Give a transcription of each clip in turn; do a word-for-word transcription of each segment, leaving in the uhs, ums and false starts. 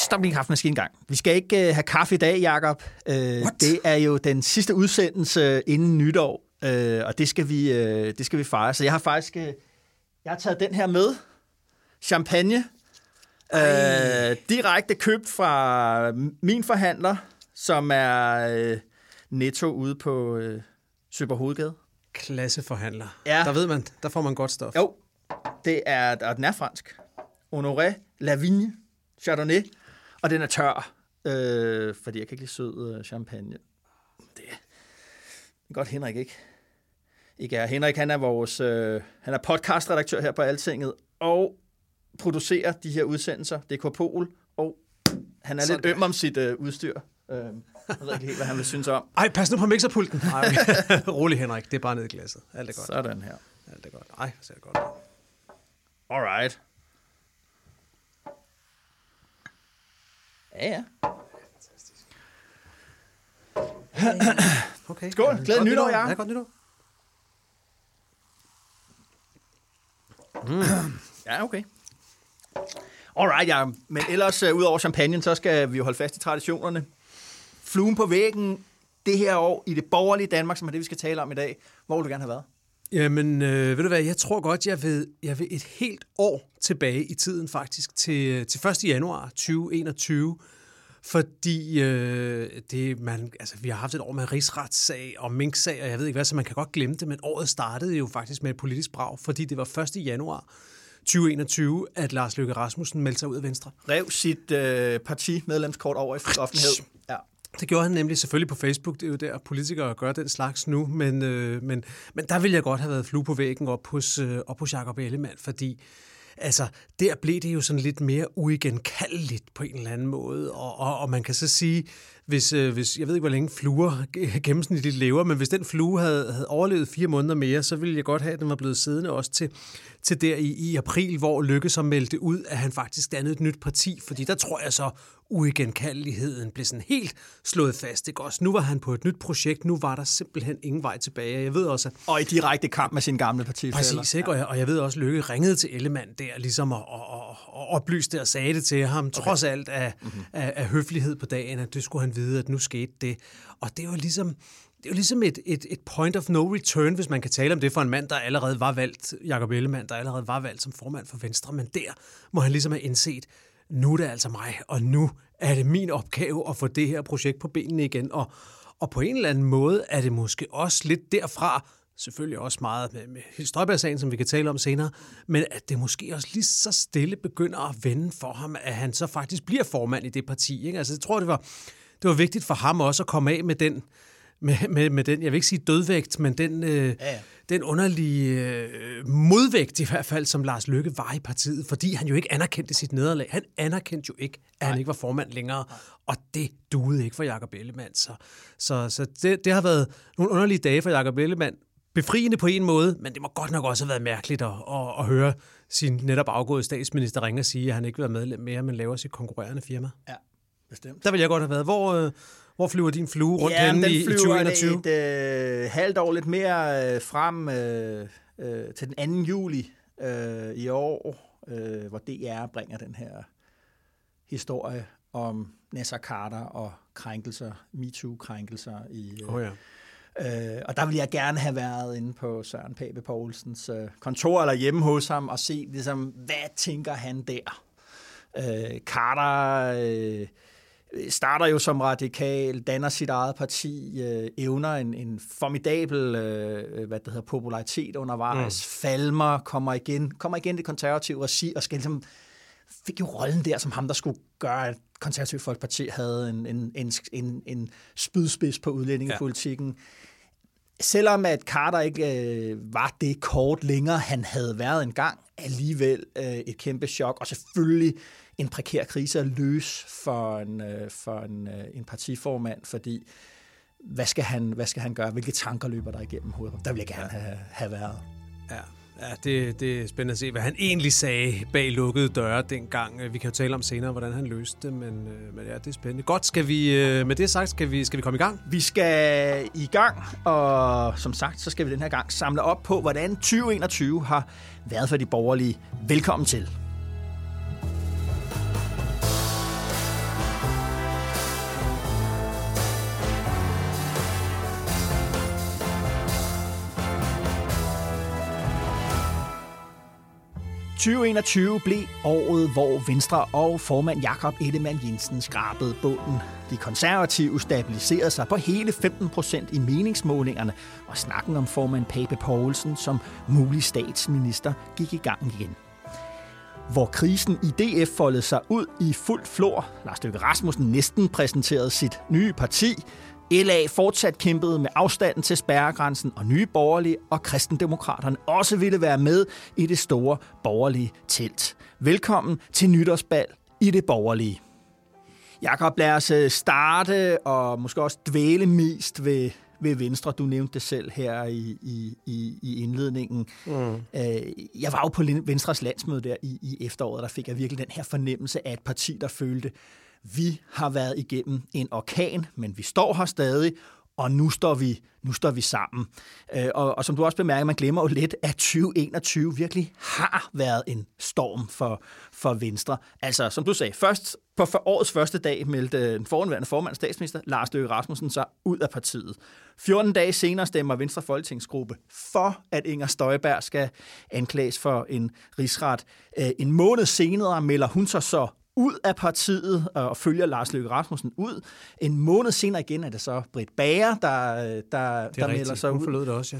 stop din kaffemaskine i gang. Vi skal ikke uh, have kaffe i dag, Jacob. Uh, det er jo den sidste udsendelse inden nytår, uh, og det skal vi, uh, det skal vi fejre. Så jeg har faktisk uh, jeg har taget den her med. Champagne. Uh, direkte købt fra min forhandler, som er uh, Netto ude på uh, Søborg Hovedgade. Klasseforhandler. Ja. Der ved man, der får man godt stof. Jo, det er, og den er fransk. Honoré Lavigne Chardonnay, og den er tør, øh, fordi jeg kan ikke lide sød øh, champagne. Det er godt Henrik, ikke? Ikke er. Henrik, han er vores øh, han er podcastredaktør her på Altinget, og producerer de her udsendelser. Det er Korpol, og han er sådan lidt øm om sit øh, udstyr. Øh, jeg ved ikke helt, hvad han vil synes om. Ej, pas nu på mixerpulten. Ej, okay. Rolig, Henrik. Det er bare ned i glasset. Alt er godt. Sådan her. Alt er godt. Ej, så er det godt. Alright. Ja, ja. Fantastisk. Okay. Skål. Glædelig nytår, Jacob. Ja, godt nytår. Mm. Ja, okay. Alright, ja. Men ellers, uh, ud over champagne, så skal vi jo holde fast i traditionerne. Fluen på væggen det her år i det borgerlige Danmark, som er det, vi skal tale om i dag. Hvor vil du gerne have været? Jamen, øh, ved du hvad, jeg tror godt, jeg vil, jeg vil et helt år tilbage i tiden faktisk, til, til første januar tyve enogtyve, fordi øh, det, man, altså, vi har haft et år med rigsretssag og minksag, og jeg ved ikke hvad, så man kan godt glemme det, men året startede jo faktisk med et politisk brag, fordi det var første januar tyve enogtyve, at Lars Løkke Rasmussen meldte sig ud af Venstre. Rev sit øh, partimedlemskort over i offentlighed. Ja. Det gjorde han nemlig selvfølgelig på Facebook. Det er jo der, politikere gør den slags nu. Men, øh, men, men der ville jeg godt have været flue på væggen op hos, øh, op hos Jacob Ellemann, fordi altså, der blev det jo sådan lidt mere uigenkaldeligt på en eller anden måde. Og, og, og man kan så sige, hvis, øh, hvis jeg ved ikke, hvor længe fluer gennemsnitligt lever, men hvis den flue havde, havde overlevet fire måneder mere, så ville jeg godt have, at den var blevet siddende også til, til der i, i april, hvor Løkke så meldte ud, at han faktisk dannede et nyt parti. Fordi der tror jeg så, uigenkaldeligheden blev sådan helt slået fast. Ikke? Også nu var han på et nyt projekt, nu var der simpelthen ingen vej tilbage. Jeg ved også, at og i direkte kamp med sin gamle partifæller. Præcis, ikke? Og, jeg, og jeg ved også, at Løkke ringede til Ellemann der, ligesom og, og, og, og oplyste det og sagde det til ham, okay. Trods alt af, mm-hmm. af, af høflighed på dagen, at det skulle han vide, at nu skete det. Og det var ligesom, det var ligesom et, et, et point of no return, hvis man kan tale om det for en mand, der allerede var valgt, Jacob Ellemann, der allerede var valgt som formand for Venstre, men der må han ligesom have indset, nu er det altså mig, og nu er det min opgave at få det her projekt på benene igen. Og, og på en eller anden måde er det måske også lidt derfra, selvfølgelig også meget med, med Støjberg-sagen, som vi kan tale om senere, men at det måske også lige så stille begynder at vende for ham, at han så faktisk bliver formand i det parti. Ikke? Altså, jeg tror, det var, det var vigtigt for ham også at komme af med den, med, med, med den, jeg vil ikke sige dødvægt, men den, øh, ja, ja. den underlige øh, modvægt i hvert fald, som Lars Løkke var i partiet, fordi han jo ikke anerkendte sit nederlag. Han anerkendte jo ikke, at Nej. han ikke var formand længere, Nej. og det duede ikke for Jacob Ellemann. Så, så, så det, det har været nogle underlige dage for Jacob Ellemann. Befriende på en måde, men det må godt nok også have været mærkeligt at, at, at høre sin netop afgåede statsminister ringe og sige, at han ikke vil være medlem mere, men laver sit konkurrerende firma. Ja, bestemt. Der vil jeg godt have været. Hvor, øh, hvor flyver din flue rundt ja, henne i, i tyve enogtyve? Et øh, halvt år lidt mere øh, frem øh, øh, til den anden juli øh, i år, øh, hvor D R bringer den her historie om Naser Khader og krænkelser, MeToo-krænkelser i... Øh, oh ja. Øh, og der ville jeg gerne have været inde på Søren Pape Poulsens øh, kontor eller hjemme hos ham og se, ligesom, hvad tænker han der? Øh, Khader øh, starter jo som radikal, danner sit eget parti, øh, evner en, en formidabel øh, hvad det hedder, popularitet undervejs, mm. falmer, kommer igen, kommer igen det konservative regi og skal ligesom, fik jo rollen der som ham, der skulle gøre, at Konservativt Folkeparti havde en, en, en, en, en spydspids på udlændingepolitikken. Ja. Selvom at Khader ikke øh, var det kort længere, han havde været engang, alligevel øh, et kæmpe chok, og selvfølgelig en prekær krise at løse for en, øh, for en, øh, en partiformand, fordi hvad skal, han, hvad skal han gøre? Hvilke tanker løber der igennem hovedet? Der vil jeg gerne have, have været. Ja. Ja, det, det er spændende at se, hvad han egentlig sagde bag lukkede døre dengang. Vi kan jo tale om senere, hvordan han løste det, men, men ja, det er spændende. Godt, skal vi, med det sagt, skal vi, skal vi komme i gang? Vi skal i gang, og som sagt, så skal vi den her gang samle op på, hvordan tyve enogtyve har været for de borgerlige. Velkommen til. tyve enogtyve blev året, hvor Venstre og formand Jakob Ellemann-Jensen skrabede bunden. De konservative stabiliserede sig på hele femten procent i meningsmålingerne, og snakken om formand Pape Poulsen som mulig statsminister gik i gang igen. Hvor krisen i D F foldede sig ud i fuld flor, Lars Løkke Rasmussen næsten præsenterede sit nye parti, L A fortsat kæmpede med afstanden til spærregrænsen, og Nye Borgerlige og Kristendemokraterne også ville være med i det store borgerlige telt. Velkommen til nytårsbal i det borgerlige. Jakob, lad os starte og måske også dvæle mest ved, ved Venstre. Du nævnte det selv her i, i, i indledningen. Mm. Jeg var jo på Venstres landsmøde der i, i efteråret, der fik jeg virkelig den her fornemmelse af et parti, der følte, vi har været igennem en orkan, men vi står her stadig, og nu står vi, nu står vi sammen. Og, og som du også bemærker, man glemmer jo lidt, at tyve enogtyve virkelig har været en storm for, for Venstre. Altså, som du sagde, først på årets første dag meldte den forhenværende formand, statsminister Lars Løkke Rasmussen, sig ud af partiet. fjorten dage senere stemmer Venstre Folketingsgruppe for, at Inger Støjberg skal anklages for en rigsret. En måned senere melder hun sig så ud af partiet og følger Lars Løkke Rasmussen ud. En måned senere igen er det så Britt Bager, der, der, der melder sig ud. Hun forlod det også,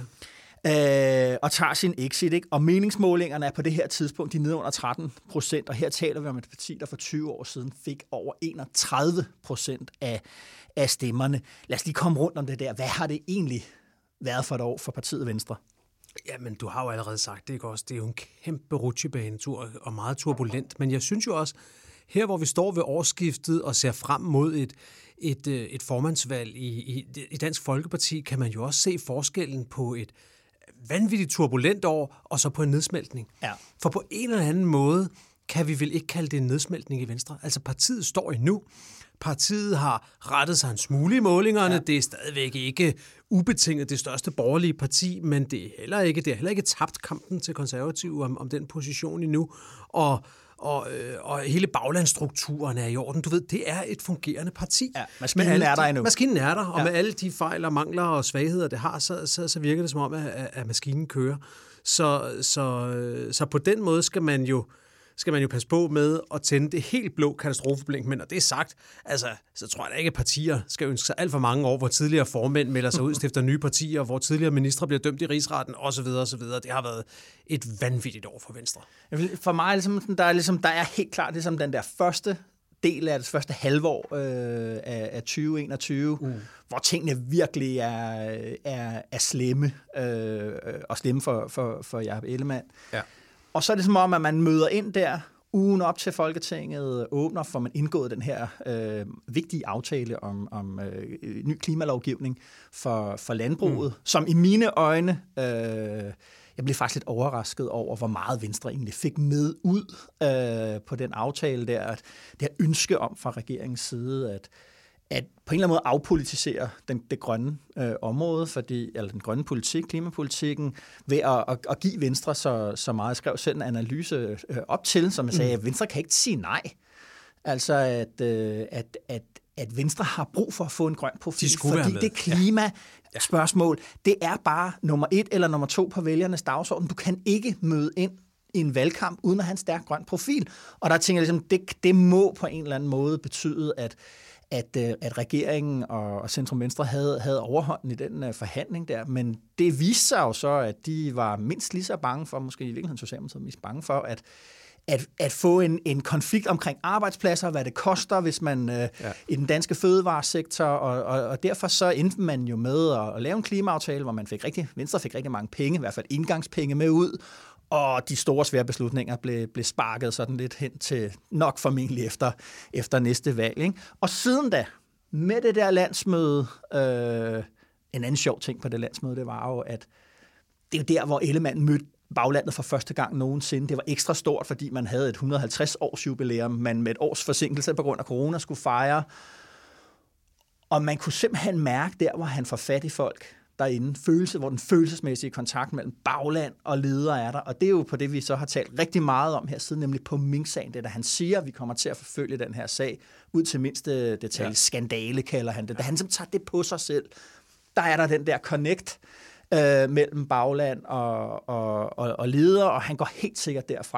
ja. Øh, og tager sin exit, ikke? Og meningsmålingerne er på det her tidspunkt de er nede under tretten procent, og her taler vi om et parti, der for tyve år siden fik over enogtredive procent af, af stemmerne. Lad os lige komme rundt om det der. Hvad har det egentlig været for et år for partiet Venstre? Jamen, du har jo allerede sagt det, ikke også? Det er jo en kæmpe rutsjebanetur og meget turbulent, men jeg synes jo også, her hvor vi står ved årsskiftet og ser frem mod et, et, et formandsvalg i, i, i Dansk Folkeparti, kan man jo også se forskellen på et vanvittigt turbulent år og så på en nedsmeltning. Ja. For på en eller anden måde kan vi vel ikke kalde det en nedsmeltning i Venstre. Altså partiet står endnu. Partiet har rettet sig en smule i målingerne. Ja. Det er stadigvæk ikke ubetinget det største borgerlige parti, men det er heller ikke, det er heller ikke tabt kampen til konservative om, om den position endnu. Og Og, øh, og hele baglandsstrukturen er i orden. Du ved, det er et fungerende parti. Ja, maskinen er der endnu. Maskinen er der, og ja. Med alle de fejl og mangler og svagheder, det har, så, så, så virker det som om, at, at maskinen kører. Så, så, så på den måde skal man jo skal man jo passe på med at tænde det helt blå katastrofeblink. Men når det er sagt, altså, så tror jeg da ikke, at partier skal ønske sig alt for mange år, hvor tidligere formænd melder sig ud, stifter nye partier, hvor tidligere ministre bliver dømt i rigsretten, osv. osv. Det har været et vanvittigt år for Venstre. For mig ligesom, der er, ligesom, der er helt klart ligesom den der første del af det første halvår øh, af, af tyve enogtyve, uh. hvor tingene virkelig er, er, er slemme, øh, og slemme for, for, for Jakob Ellemann. Ja. Og så er det som om, at man møder ind der, ugen op til Folketinget åbner, for man indgået den her øh, vigtige aftale om, om øh, ny klimalovgivning for, for landbruget, mm. som i mine øjne, øh, jeg blev faktisk lidt overrasket over, hvor meget Venstre egentlig fik med ud øh, på den aftale der, at det her ønske om fra regeringens side, at at på en eller anden måde afpolitisere den, det grønne øh, område, fordi, eller den grønne politik, klimapolitikken, ved at, at, at give Venstre så, så meget. Jeg skrev selv en analyse øh, op til, som jeg sagde, at Venstre kan ikke sige nej. Altså, at, øh, at, at, at Venstre har brug for at få en grøn profil, De fordi det klimaspørgsmål, det er bare nummer et eller nummer to på vælgernes dagsorden. Du kan ikke møde ind i en valgkamp uden at have en stærk grøn profil. Og der tænker jeg ligesom, det, det må på en eller anden måde betyde, at At, at regeringen og Centrum Venstre havde, havde overhånden i den uh, forhandling der, men det viste sig jo så, at de var mindst lige så bange for, måske i virkeligheden Socialdemokratiet mest bange for, at, at, at få en, en konflikt omkring arbejdspladser, hvad det koster, hvis man uh, ja. i den danske fødevaresektor, og, og, og derfor så endte man jo med at, at lave en klimaaftale, hvor man fik rigtig, Venstre fik rigtig mange penge, i hvert fald indgangspenge med ud, og de store svære beslutninger blev, blev sparket sådan lidt hen til nok formentlig efter, efter næste valg. Ikke? Og siden da, med det der landsmøde, øh, en anden sjov ting på det landsmøde, det var jo, at det er der, hvor Ellemann mødte baglandet for første gang nogensinde. Det var ekstra stort, fordi man havde et et hundrede og halvtreds års jubilæum, man med et års forsinkelse på grund af corona skulle fejre. Og man kunne simpelthen mærke der, hvor han får fat i folk derinde, følelse, hvor den følelsesmæssige kontakt mellem bagland og ledere er der. Og det er jo på det, vi så har talt rigtig meget om her siden, nemlig på Mink-sagen. Det er, da han siger, at vi kommer til at forfølge den her sag ud til mindste detalje. Ja. Skandale kalder han det. Da han som tager det på sig selv, der er der den der connect øh, mellem bagland og, og, og, og ledere, og han går helt sikkert derfra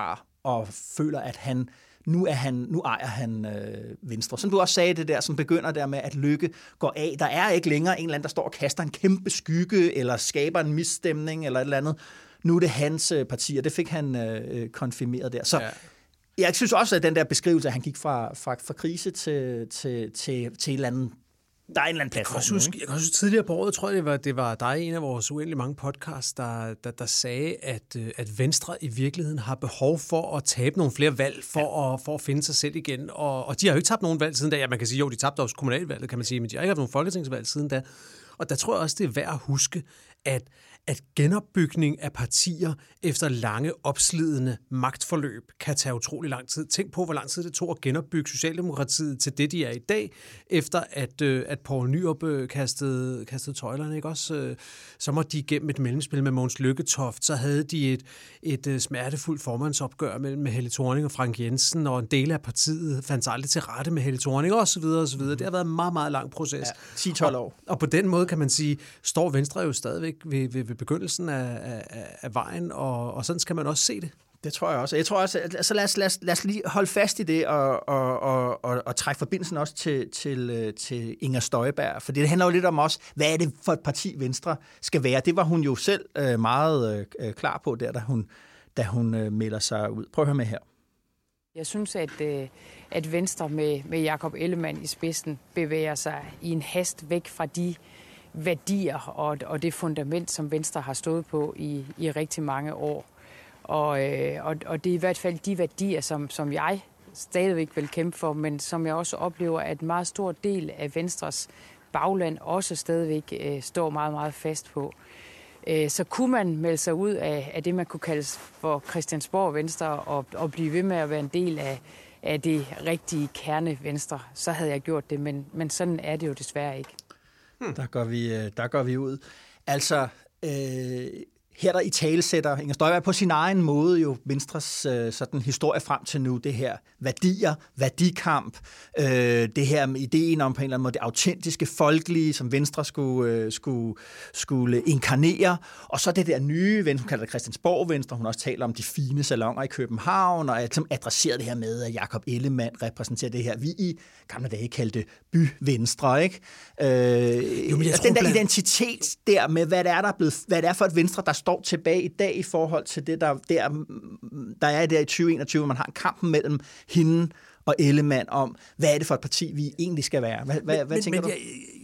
og føler, at han nu, er han, nu ejer han øh, Venstre. Som du også sagde det der, som begynder der med, at Løkke går af. Der er ikke længere en eller anden, der står og kaster en kæmpe skygge, eller skaber en misstemning, eller et eller andet. Nu er det hans øh, parti, og det fik han øh, konfirmeret der. Så ja. Jeg synes også, at den der beskrivelse, at han gik fra, fra, fra krise til, til, til, til en eller anden, der er en eller anden platform. Jeg kan huske, jeg kan huske tidligere på året, tror jeg, det var, det var dig, en af vores uendelig mange podcasts, der, der, der sagde, at, at Venstre i virkeligheden har behov for at tabe nogle flere valg, for, ja. at, for at finde sig selv igen. Og, og de har jo ikke tabt nogen valg siden da. Ja, man kan sige, jo, de tabte også kommunalvalget, kan man sige, men de har ikke haft nogen folketingsvalg siden da. Og der tror jeg også, det er værd at huske, at at genopbygning af partier efter lange, opslidende magtforløb kan tage utrolig lang tid. Tænk på, hvor lang tid det tog at genopbygge Socialdemokratiet til det, de er i dag, efter at, øh, at Poul Nyrup øh, kastede, kastede tøjlerne. Ikke? Også, øh, så måtte de igennem et mellemspil med Mogens Lykketoft, så havde de et, et øh, smertefuldt formandsopgør mellem Helle Thorning og Frank Jensen, og en del af partiet fandt sig aldrig til rette med Helle Thorning, og så videre, og så videre. Det har været en meget, meget lang proces. Ja, ti til tolv år. Og, og på den måde kan man sige, står Venstre jo stadigvæk ved, ved, ved begyndelsen af, af, af vejen, og, og sådan skal man også se det. Det tror jeg også. Jeg tror også, altså lad os, lad os, lad os lige holde fast i det og, og, og, og, og trække forbindelsen også til, til, til Inger Støjberg, for det handler jo lidt om også, hvad er det for et parti Venstre skal være. Det var hun jo selv øh, meget øh, klar på der, da hun, da hun øh, melder sig ud. Prøv at høre med her. Jeg synes, at, øh, at Venstre med, med Jakob Ellemann i spidsen bevæger sig i en hast væk fra de værdier og, og det fundament, som Venstre har stået på i, i rigtig mange år. Og, øh, og, og det er i hvert fald de værdier, som, som jeg stadigvæk vil kæmpe for, men som jeg også oplever, at en meget stor del af Venstres bagland også stadigvæk øh, står meget, meget fast på. Øh, så kunne man melde sig ud af, af det, man kunne kalde for Christiansborg Venstre, og, og blive ved med at være en del af, af det rigtige kerne Venstre, så havde jeg gjort det, men, men sådan er det jo desværre ikke. Hmm. Der, går vi, der går vi ud. Altså, øh, her der i talesætter Inger Støjberg på sin egen måde jo Venstres øh, sådan historie frem til nu, det her værdier, værdikamp, øh, det her med ideen om på en eller anden måde det autentiske, folkelige, som Venstre skulle, øh, skulle, skulle inkarnere, og så det der nye Venstre, hun kalder det Christiansborg Venstre, hun også taler om de fine salonger i København, og som adresserer det her med, at Jakob Ellemann repræsenterer det her, vi i gamle dage kaldte by-Venstre, ikke? Øh, jo, men altså den der blandt... identitet der med, hvad det er, der er blevet, hvad det er for et Venstre, der står tilbage i dag i forhold til det, der, der, der er der i tyve enogtyve, man har en kamp mellem hende og Ellemann om, hvad er det for et parti, vi egentlig skal være? Hvad, hvad, men, hvad tænker men, du? Jeg,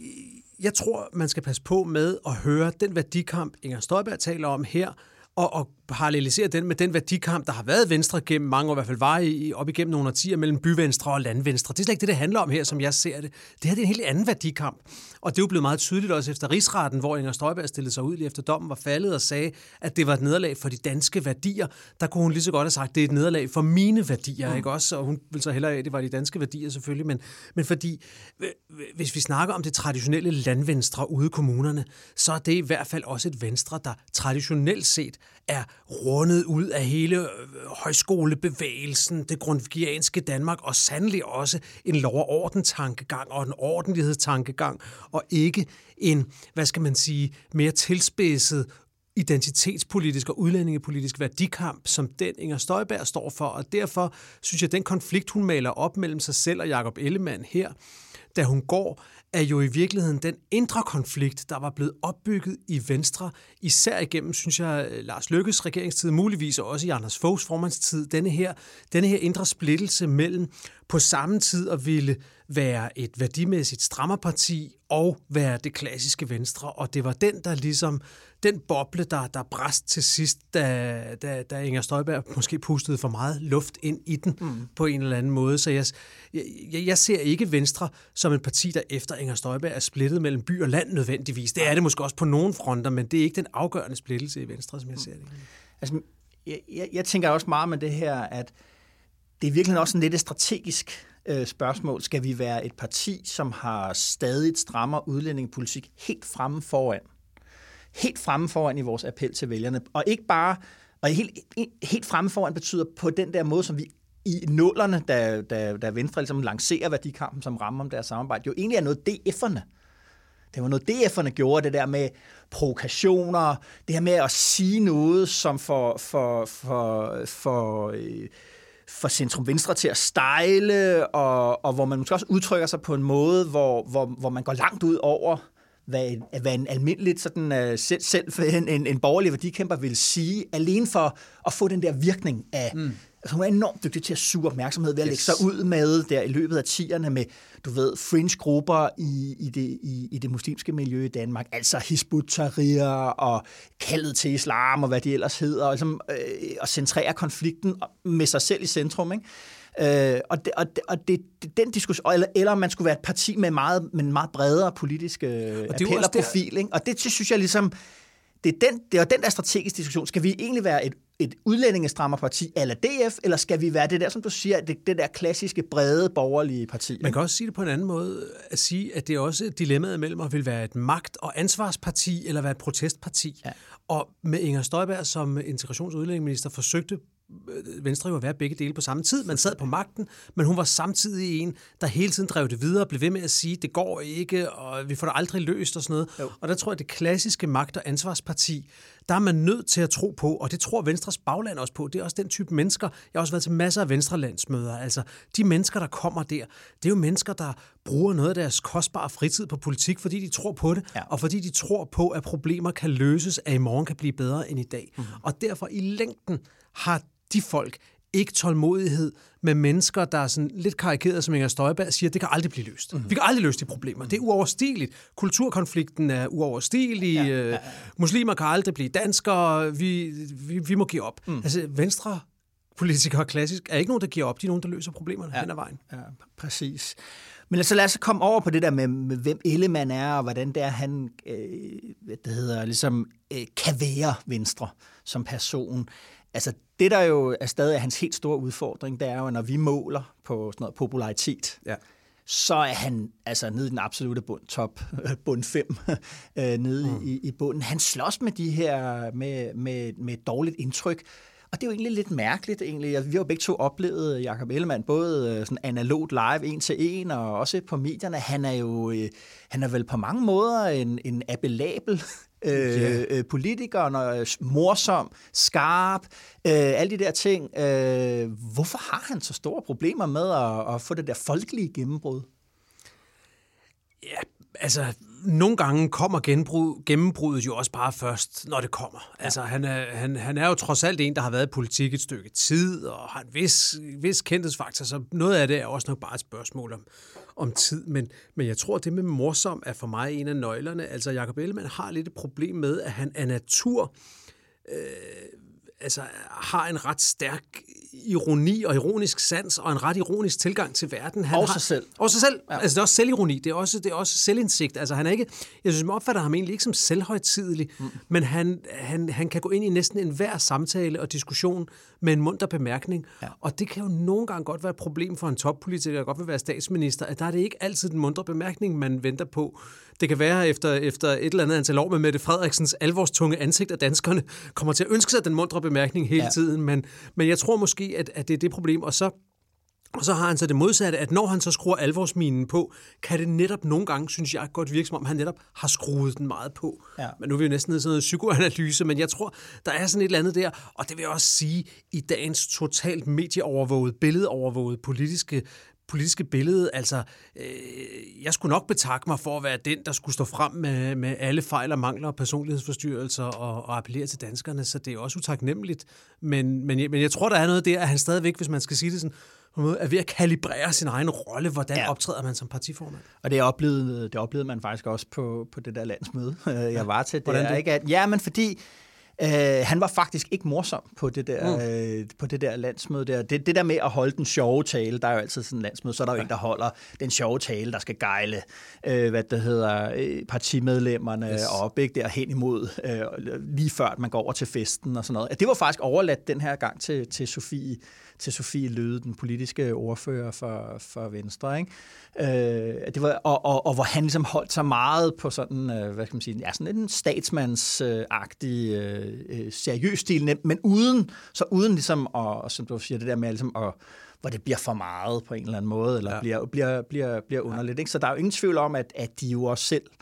jeg tror, man skal passe på med at høre den værdikamp, Inger Støjberg taler om her, og, og parallelisere den med den værdikamp, der har været Venstre gennem mange år, i hvert fald var i, op igennem nogle årtier mellem byvenstre og landvenstre. Det er slet ikke det, det handler om her, som jeg ser det. Det her det er en helt anden værdikamp. Og det er jo blevet meget tydeligt også efter Rigsretten, hvor Inger Støjberg stillede sig ud lige efter dommen var faldet og sagde, at det var et nederlag for de danske værdier. Der kunne hun lige så godt have sagt, at det er et nederlag for mine værdier, mm. ikke også? Og hun ville så hellere af, at det var de danske værdier selvfølgelig. Men, men fordi, hvis vi snakker om det traditionelle landvenstre ude i kommunerne, så er det i hvert fald også et venstre, der traditionelt set er rundet ud af hele højskolebevægelsen, det grundtvigianske Danmark, og sandelig også en lov- og orden-tankegang og en ordentlighedstankegang, og ikke en, hvad skal man sige, mere tilspidset identitetspolitisk og udlændingepolitisk værdikamp, som den Inger Støjberg står for. Og derfor synes jeg, at den konflikt, hun maler op mellem sig selv og Jakob Ellemann her, da hun går, er jo i virkeligheden den indre konflikt, der var blevet opbygget i Venstre, især igennem, synes jeg, Lars Løkkes regeringstid, muligvis også i Anders Foghs formandstid, denne her, denne her indre splittelse mellem på samme tid at ville være et værdimæssigt strammerparti og være det klassiske Venstre, og det var den, der ligesom, den boble, der, der brast til sidst, da, da, da Inger Støjberg måske pustede for meget luft ind i den mm. på en eller anden måde. Så jeg, jeg, jeg ser ikke Venstre som et parti, der efter Inger Støjberg er splittet mellem by og land nødvendigvis. Det er det måske også på nogle fronter, men det er ikke den afgørende splittelse i Venstre, som jeg ser det. Altså, jeg, jeg, jeg tænker også meget med det her, at det er virkelig også en lidt strategisk øh, spørgsmål. Skal vi være et parti, som har stadig et strammere udlændingepolitik helt fremme foran? Helt fremme foran i vores appel til vælgerne. Og ikke bare, og helt, helt fremme foran betyder på den der måde, som vi i nullerne, da, da, da Venstre ligesom lancerer værdikampen som rammer om deres samarbejde, jo egentlig er noget D F'erne. Det var noget, D F'erne gjorde, det der med provokationer, det her med at sige noget, som for, for, for, for, øh, for centrum-venstre til at stejle, og, og hvor man måske også udtrykker sig på en måde, hvor, hvor, hvor man går langt ud over, hvad en, hvad en almindeligt sådan, uh, selv, selv en, en, en borgerlig værdikæmper vil sige, alene for at få den der virkning af... Mm. Altså, hun er enormt dygtig til at suge opmærksomhed ved at yes. lægge sig ud med der i løbet af tierne med, du ved, fringe-grupper i, i, det, i, i det muslimske miljø i Danmark, altså Hizb ut-Tahrir og kaldet til islam og hvad de ellers hedder, og, ligesom, øh, og centrere konflikten med sig selv i centrum, ikke? Øh, og det, og det, og det, den diskussion, eller, eller man skulle være et parti med, meget, med en meget bredere politisk appel og profil, ikke? Og det synes jeg ligesom, det er, den, det er den der strategiske diskussion. Skal vi egentlig være et, et udlændingestrammerparti a la D F, eller skal vi være det der, som du siger, det, det der klassiske, brede, borgerlige parti? Man kan også sige det på en anden måde, at sige, at det er også dilemmaet mellem at vil være et magt- og ansvarsparti, eller være et protestparti. Ja. Og med Inger Støjberg som integrations- og udlændingeminister forsøgte Venstre jo at være begge dele på samme tid. Man sad på magten, men hun var samtidig en, der hele tiden drev det videre og blev ved med at sige, det går ikke, og vi får det aldrig løst og sådan noget. Jo. Og der tror jeg, det klassiske magt- og ansvarsparti, der er man nødt til at tro på, og det tror Venstres bagland også på. Det er også den type mennesker. Jeg har også været til masser af venstrelandsmøder. Altså, de mennesker, der kommer der, det er jo mennesker, der bruger noget af deres kostbare fritid på politik, fordi de tror på det, ja. Og fordi de tror på, at problemer kan løses, at i morgen kan blive bedre end i dag. Mm. Og derfor i længden har de folk ikke tålmodighed med mennesker, der er sådan lidt karikeret, som Inger Støjberg siger, det kan aldrig blive løst. Mm-hmm. Vi kan aldrig løse de problemer. Mm-hmm. Det er uoverstigeligt. Kulturkonflikten er uoverstigelig. Ja, ja, ja. Muslimer kan aldrig blive danskere. Vi, vi, vi må give op. Mm. Altså, venstre politikere klassisk er ikke nogen, der giver op. De er nogen, der løser problemerne ja. hen ad vejen. Ja, præcis. Men så lad os komme over på det der med, med hvem Ellemann er, og hvordan det er, han øh, hvad det hedder, ligesom, øh, kan være Venstre som person. Altså, det der jo er stadig hans helt store udfordring, det er jo, når vi måler på sådan noget popularitet, ja. Så er han altså nede i den absolutte bund, top, bund fem, nede mm. i, i bunden. Han slås med de her, med, med, med et dårligt indtryk, og det er jo egentlig lidt mærkeligt egentlig. Vi har jo begge to oplevet Jakob Ellemann, både sådan analogt live en til en, og også på medierne. Han er jo, han er vel på mange måder en, en appellabel Yeah. Øh, politikeren, morsom, skarp, øh, alle de der ting. Øh, hvorfor har han så store problemer med at, at få det der folkelige gennembrud? Ja, altså, nogle gange kommer genbrud, gennembruddet jo også bare først, når det kommer. Ja. Altså, han er, han, han er jo trods alt en, der har været i politik et stykke tid, og har en vis, vis kendthedsfaktor, så noget af det er også nok bare et spørgsmål om, om tid. Men, men jeg tror, det med morsom er for mig en af nøglerne. Altså, Jakob Ellemann har lidt et problem med, at han af natur øh, altså, har en ret stærk ironi og ironisk sans og en ret ironisk tilgang til verden. Han og har, sig selv. Og sig selv. Ja. Altså, det er også selvironi. Det er også, det er også selvindsigt. Altså, han er ikke, jeg synes, man opfatter ham egentlig ikke som selvhøjtidelig, mm. men han, han, han kan gå ind i næsten enhver samtale og diskussion med en munter bemærkning. Ja. Og det kan jo nogle gange godt være et problem for en toppolitiker, der godt vil være statsminister, at der er det ikke altid den muntre bemærkning, man venter på. Det kan være efter, efter et eller andet antal år med Mette Frederiksens alvorstunge ansigt, at danskerne kommer til at ønske sig den muntre bemærkning hele ja. tiden. Men, men jeg tror måske, at, at det er det problem. Og så, og så har han så det modsatte, at når han så skruer alvorsminen på, kan det netop nogle gange, synes jeg, godt virke som om, han netop har skruet den meget på. Ja. Men nu er vi jo næsten nede i sådan noget psykoanalyse, men jeg tror, der er sådan et eller andet der. Og det vil jeg også sige, i dagens totalt medieovervåget, billedovervåget politiske politiske billede, altså, øh, jeg skulle nok betakke mig for at være den, der skulle stå frem med, med alle fejl og mangler og personlighedsforstyrrelser og, og appellere til danskerne, så det er også utaknemmeligt. Men, men, men jeg tror, der er noget der, at han stadigvæk, hvis man skal sige det sådan, er ved at kalibrere sin egen rolle. Hvordan ja. optræder man som partiformand? Og det oplevede, det oplevede man faktisk også på, på det der landsmøde, jeg var til. Det er, ikke, at, ja, men fordi Uh, han var faktisk ikke morsom på det der, mm. uh, på det der landsmøde der. Det, det der med at holde den sjove tale, der er jo altid sådan en landsmøde, så er der jo ja. en, der holder den sjove tale, der skal gejle, uh, hvad det hedder, uh, partimedlemmerne yes. op, ikke, der hen imod, uh, lige før man går over til festen og sådan noget. Det var faktisk overladt den her gang til, til Sofie, til Sofie Løhde, den politiske ordfører for, for Venstre, ikke? Uh, det var, og, og, og hvor han ligesom holdt sig meget på sådan, uh, hvad skal man sige, ja, sådan en statsmandsagtig uh, seriøs stil, men uden, så uden ligesom, at, som du siger, det der med ligesom at, hvor det bliver for meget på en eller anden måde, eller ja. bliver, bliver, bliver, bliver underligt. Ikke? Så der er jo ingen tvivl om, at, at de jo også selv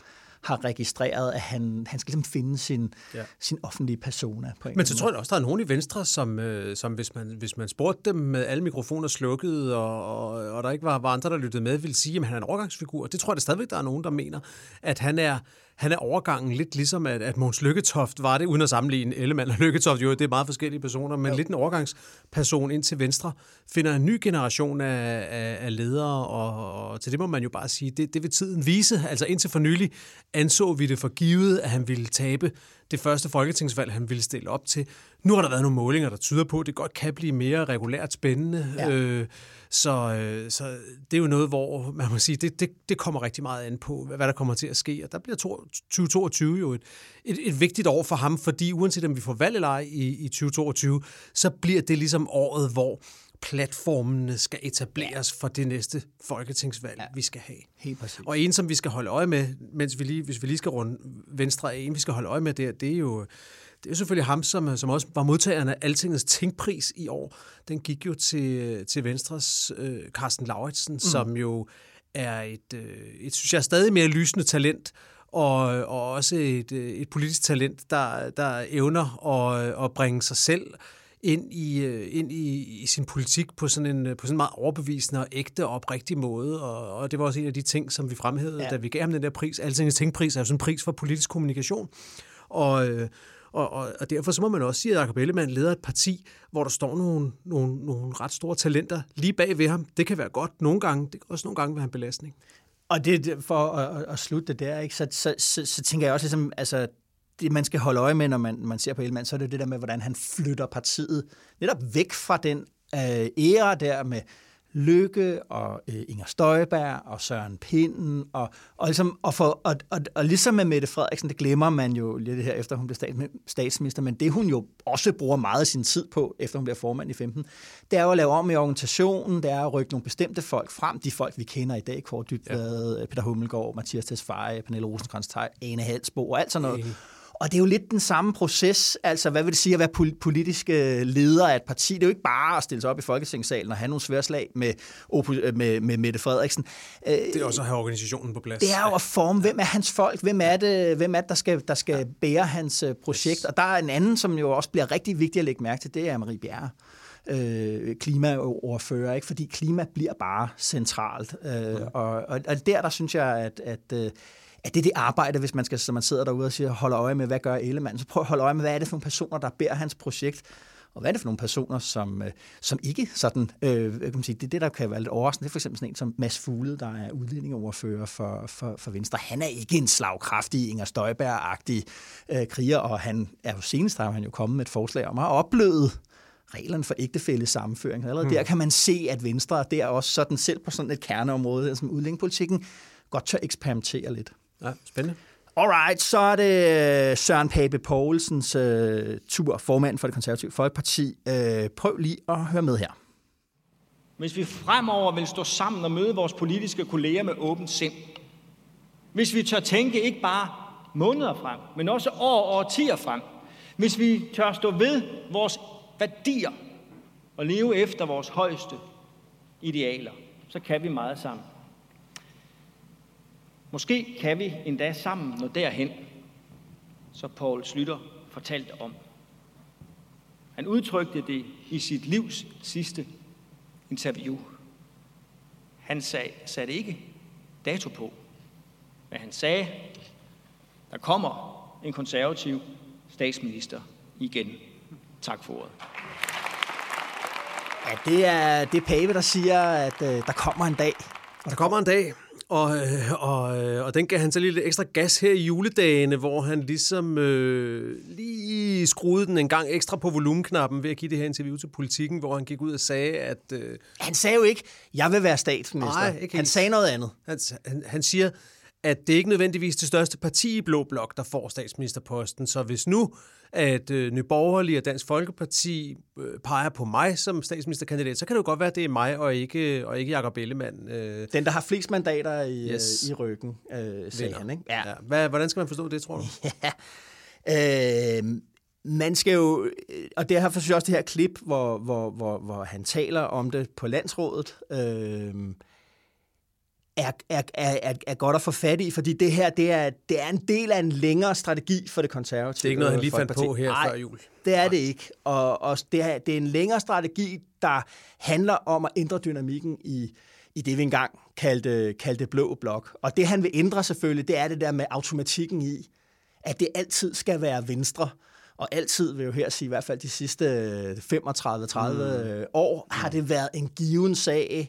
har registreret, at han, han skal ligesom finde sin, ja. sin offentlige persona. På en Men så tror jeg også, der er nogen i Venstre, som, øh, som hvis, man, hvis man spurgte dem med alle mikrofoner slukket, og, og, og der ikke var, var andre, der lyttede med, ville sige, at han er en overgangsfigur. Det tror jeg da stadigvæk, der er nogen, der mener, at han er Han er overgangen lidt ligesom, at, at Mogens Lykketoft var det, uden at sammenligne Ellemann og Lykketoft. Jo, det er meget forskellige personer, men jo. Lidt en overgangsperson ind til Venstre finder en ny generation af, af, af ledere, og, og til det må man jo bare sige, det, det vil tiden vise. Altså indtil for nylig anså vi det for givet, at han ville tabe det første folketingsvalg, han ville stille op til. Nu har der været nogle målinger, der tyder på, at det godt kan blive mere regulært spændende. Ja. Øh, så, øh, så det er jo noget, hvor man må sige, det, det, det kommer rigtig meget an på, hvad der kommer til at ske. Og der bliver tyve toogtyve jo et, et, et vigtigt år for ham, fordi uanset om vi får valg eller ej i, i tyve toogtyve, så bliver det ligesom året, hvor platformene skal etableres for det næste folketingsvalg, ja. vi skal have. Helt præcis. Og en, som vi skal holde øje med, mens vi lige, hvis vi lige skal runde Venstre af, en vi skal holde øje med, det, det er jo det er selvfølgelig ham, som, som også var modtageren af Altingets Tænkpris i år. Den gik jo til, til Venstres øh, Carsten Lauritsen, mm. som jo er et, øh, et, synes jeg, stadig mere lysende talent, og, og også et, et politisk talent, der, der evner at, at bringe sig selv ind i, ind i, i sin politik på sådan en på sådan en meget overbevisende og ægte og oprigtig måde, og, og det var også en af de ting, som vi fremhævede, ja. da vi gav ham den der pris. Altingets Tænkpris er jo sådan en pris for politisk kommunikation, og, og, og derfor så må man også sige, at Jakob Ellemann leder et parti, hvor der står nogle, nogle, nogle ret store talenter lige bag ved ham. Det kan være godt nogle gange, det kan også nogle gange være en belastning. Og det for at, at, at slutte det der, ikke, så, så, så, så tænker jeg også ligesom, altså det, man skal holde øje med, når man, man ser på Ellemann, så er det det der med, hvordan han flytter partiet netop væk fra den øh, æra der med Løkke og øh, Inger Støjberg og Søren Pinden, og, og, ligesom, og, for, og, og, og ligesom med Mette Frederiksen, det glemmer man jo lidt her, efter hun blev statsminister, men det hun jo også bruger meget af sin tid på, efter hun bliver formand i femten, det er jo at lave om i organisationen, det er at rykke nogle bestemte folk frem, de folk, vi kender i dag, Kaare Dybvad, ja. Peter Hummelgaard, Mathias Tesfaye, Pernille Rosenkrantz-Theil, Ane Halsboe og alt sådan noget. Mm. Og det er jo lidt den samme proces, altså hvad vil det sige at være politiske leder af et parti? Det er jo ikke bare at stille sig op i Folketingssalen og have nogle sværslag med, med, med Mette Frederiksen. Det er også at have organisationen på plads. Det er jo at forme, hvem er hans folk, hvem er det, hvem er det der, skal, der skal ja. bære hans projekt. Yes. Og der er en anden, som jo også bliver rigtig vigtig at lægge mærke til, det er Marie Bjerre. Øh, klimaordfører, ikke? Fordi klima bliver bare centralt. Øh, mm. og, og, og der, der synes jeg, at, at at det er det arbejde, hvis man skal, så man sidder derude og siger, holder øje med, hvad gør Ellemann, så prøv at holde øje med, hvad er det for nogle personer, der bærer hans projekt, og hvad er det for nogle personer, som, som ikke sådan, øh, kan man sige, det er det, der kan være lidt overraskende. Det er for eksempel sådan en som Mads Fuglede, der er udlændingeordfører for, for, for Venstre. Han er ikke en slagkraftig, Inger Støjberg-agtig øh, kriger, og han er jo senest, der har han jo kommet med et forslag om at opbløde reglerne for ægtefællesammenføring. Allerede hmm. der kan man se, at Venstre der også sådan selv på sådan et kerneområde, som udlændingepolitikken, godt tør eksperimentere lidt. Ja, spændende. Alright, så er det Søren Pape Poulsens øh, tur, formand for Det Konservative Folkeparti. Øh, prøv lige at høre med her. Hvis vi fremover vil stå sammen og møde vores politiske kolleger med åbent sind, hvis vi tør tænke ikke bare måneder frem, men også år og årtier frem, hvis vi tør stå ved vores værdier og leve efter vores højeste idealer, så kan vi meget sammen. Måske kan vi endda sammen nå derhen, så Poul Schlüter fortalte om. Han udtrykte det i sit livs sidste interview. Han sag, satte ikke dato på, men han sagde, der kommer en konservativ statsminister igen. Tak for ordet. Ja, det er, det er Pape, der siger, at øh, der kommer en dag. Og der kommer en dag. Og, og, og den gav han så lige lidt ekstra gas her i juledagene, hvor han ligesom øh, lige skruede den en gang ekstra på volumenknappen ved at give det her interview til Politikken, hvor han gik ud og sagde, at... Øh, han sagde jo ikke, jeg vil være statsminister. Nej, ikke han sagde noget andet. Han, han, han siger, at det ikke nødvendigvis det største parti i Blå Blok, der får statsministerposten. Så hvis nu, at øh, Nye Borgerlige og Dansk Folkeparti øh, peger på mig som statsministerkandidat, så kan det jo godt være, at det er mig og ikke, og ikke Jakob Ellemann. Øh. Den, der har flest mandater i, yes. øh, i ryggen, øh, sagde han, ikke? Ja. Ja. Hvad, hvordan skal man forstå det, tror du? Ja. Øh, man skal jo, og det har for også det her klip, hvor, hvor, hvor, hvor han taler om det på landsrådet, øh, er, er, er, er godt at få fat i, fordi det her, det er, det er en del af en længere strategi for det konservative. Det er ikke noget, han lige fandt på her Nej, før jul. det er det ikke. Og, og det, er, det er en længere strategi, der handler om at ændre dynamikken i, i det, vi engang kaldte, kaldte blå blok. Og det, han vil ændre selvfølgelig, det er det der med automatikken i, at det altid skal være venstre. Og altid, vil jeg jo her sige, i hvert fald de sidste femogtredive til tredive mm. år, har det været en given sag,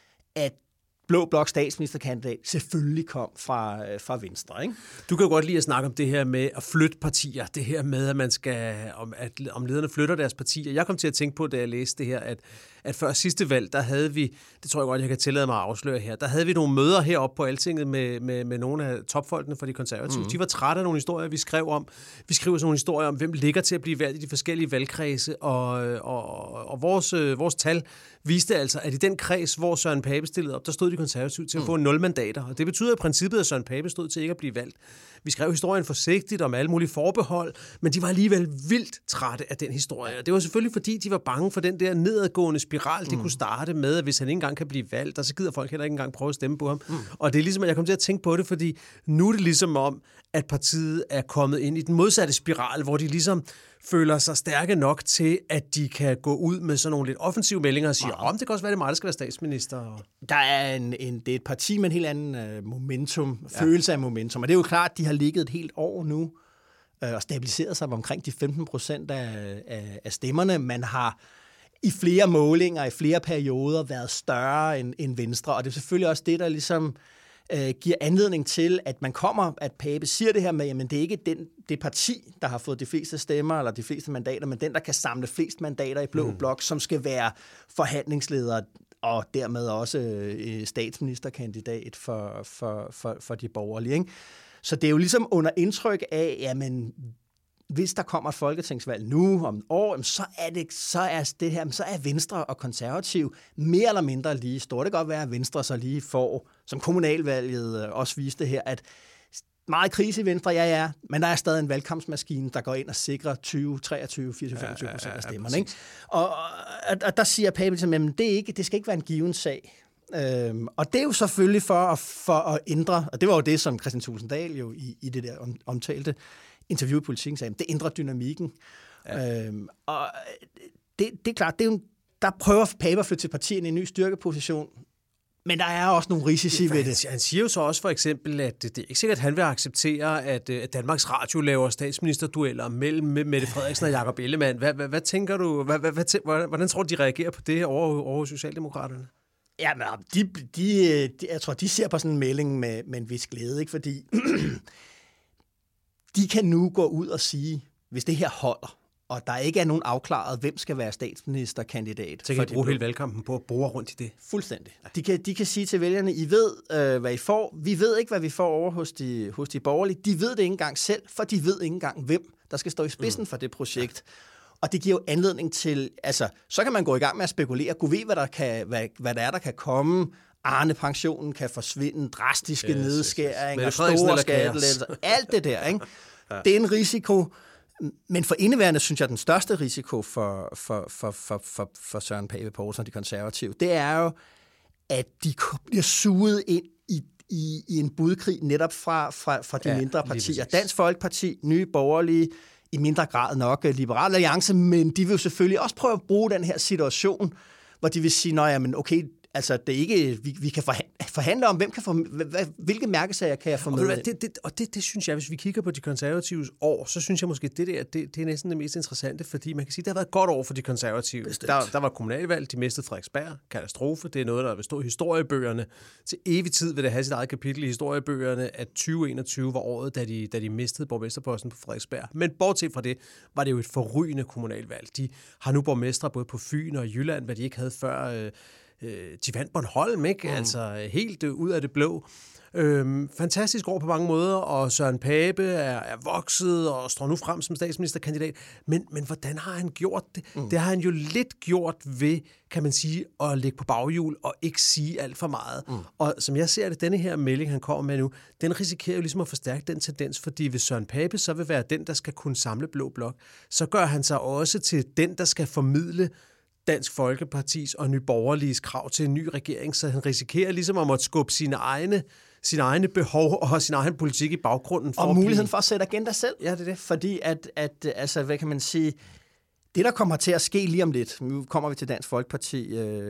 at blå blok statsministerkandidat selvfølgelig kom fra, fra Venstre. Ikke? Du kan jo godt lide at snakke om det her med at flytte partier. Det her med, at man skal, om, at, om lederne flytter deres partier. Jeg kom til at tænke på, da jeg læste det her, at, at før sidste valg, der havde vi, det tror jeg godt, jeg kan tillade mig at afsløre her, der havde vi nogle møder heroppe på Altinget med, med, med nogle af topfolkene fra de konservative. Mm. De var trætte af nogle historier, vi skrev om. Vi skriver sådan nogle historier om, hvem ligger til at blive valgt i de forskellige valgkredse, og, og, og vores, vores tal viste altså, at i den kreds, hvor Søren Pape stillede op, der stod de konservative til at få nul mandater. Og det betyder i princippet, at Søren Pape stod til ikke at blive valgt. Vi skrev historien forsigtigt om alle mulige forbehold, men de var alligevel vildt trætte af den historie. Og det var selvfølgelig, fordi de var bange for den der nedadgående spiral, det mm. kunne starte med, at hvis han ikke engang kan blive valgt, og så gider folk heller ikke engang prøve at stemme på ham. Mm. Og det er ligesom, at jeg kom til at tænke på det, fordi nu er det ligesom om, at partiet er kommet ind i den modsatte spiral, hvor de ligesom føler sig stærke nok til, at de kan gå ud med sådan nogle lidt offensive meldinger og sige, om det kan også være, det mig, der skal være statsminister. Der er en, en, det er et parti med en helt anden uh, momentum, ja. følelse af momentum, og det er jo klart, at de har ligget et helt år nu uh, og stabiliseret sig omkring de femten procent af, af, af stemmerne. Man har i flere målinger, i flere perioder været større end, end Venstre, og det er selvfølgelig også det, der ligesom øh, giver anledning til, at man kommer, at Pape siger det her med, jamen det er ikke den, det parti, der har fået de fleste stemmer, eller de fleste mandater, men den, der kan samle flest mandater i blå mm. blok, som skal være forhandlingsleder, og dermed også øh, statsministerkandidat for, for, for, for de borgerlige. Ikke? Så det er jo ligesom under indtryk af, jamen hvis der kommer et folketingsvalg nu om et år, så er det så er det her, så er Venstre og Konservativ mere eller mindre lige store. Det kan godt være, at Venstre så lige får, som kommunalvalget også viste her, at meget krise i Venstre, ja ja, men der er stadig en valgkampsmaskine, der går ind og sikrer tyve, treogtyve, fireogtyve, femogtyve procent af stemmerne. Ikke? Og, og, og der siger Pape til dem, det, er ikke, det skal ikke være en given sag. Øhm, og det er jo selvfølgelig for at, for at ændre, og det var jo det, som Kristian Thulesen Dahl jo i, i det der omtalte interview i Politiken sagde, det ændrer dynamikken. Ja. Øhm, og det, det er klart, det er jo, der prøver Pape at flytte til partiet i en ny styrkeposition, men der er også nogle risici ja, ved det. Han siger jo så også for eksempel, at det er ikke sikkert, at han vil acceptere, at, at Danmarks Radio laver statsministerdueller mellem Mette Frederiksen og Jakob Ellemann. Hvad, hvad, hvad tænker du? Hvad, hvad, hvad, hvordan tror du, de reagerer på det over, over Socialdemokraterne? Ja, men de, de, de, jeg tror, de ser på sådan en melding med, med en vis glæde, ikke? Fordi de kan nu gå ud og sige, hvis det her holder, og der ikke er nogen afklaret, hvem skal være statsministerkandidat. Så kan de bruge hele valgkampen på at bruge rundt i det. Fuldstændig. De kan, de kan sige til vælgerne, I ved, øh, hvad I får. Vi ved ikke, hvad vi får over hos de, hos de borgerlige. De ved det ikke engang selv, for de ved ikke engang, hvem der skal stå i spidsen mm. for det projekt. Ja. Og det giver jo anledning til, altså, så kan man gå i gang med at spekulere. Gud ved, hvad der, kan, hvad, hvad der er, der kan komme. Arne-pensionen kan forsvinde, drastiske yes, nedskæringer, yes, yes. store skattelettelser, alt det der. Ikke? Ja. Det er en risiko. Men for indeværende synes jeg, at den største risiko for, for, for, for, for, for Søren Pape Poulsen og de konservative, det er jo, at de bliver suget ind i, i, i en budkrig netop fra, fra, fra de ja, mindre partier. Dansk Folkeparti, Nye Borgerlige, i mindre grad nok Liberal Alliance, men de vil jo selvfølgelig også prøve at bruge den her situation, hvor de vil sige, nej, men okay, altså det er ikke, vi, vi kan forhandle om, hvem kan få, hvilke mærkesager kan jeg få med. Og det, det, og det, det synes jeg, hvis vi kigger på de konservatives år, så synes jeg måske, det der, det, det er næsten det mest interessante, fordi man kan sige, det har været et godt år for de konservative. Der, der var kommunalvalg, de mistede Frederiksberg, katastrofe, det er noget, der vil stå i historiebøgerne. Til evig tid vil det have sit eget kapitel i historiebøgerne, at tyve enogtyve var året, da de, da de mistede borgmesterposten på Frederiksberg. Men bortset fra det, var det jo et forrygende kommunalvalg. De har nu borgmestre både på Fyn og Jylland, hvad de ikke havde før. Øh, De vandt Bornholm, ikke? Mm. Altså helt ud af det blå. Øhm, fantastisk år på mange måder, og Søren Pape er, er vokset og står nu frem som statsministerkandidat. Men, men hvordan har han gjort det? Mm. Det har han jo lidt gjort ved, kan man sige, at ligge på baghjul og ikke sige alt for meget. Mm. Og som jeg ser det, denne her melding, han kommer med nu, den risikerer jo ligesom at forstærke den tendens, fordi hvis Søren Pape så vil være den, der skal kunne samle blå blok, så gør han sig også til den, der skal formidle Dansk Folkepartis og Nye Borgerliges krav til en ny regering, så han risikerer ligesom at måtte skubbe sine egne, sine egne behov og sin egen politik i baggrunden. For og muligheden for at sætte agenda selv. Ja, det er det. Fordi at, at altså, hvad kan man sige, det der kommer til at ske lige om lidt, nu kommer vi til Dansk Folkeparti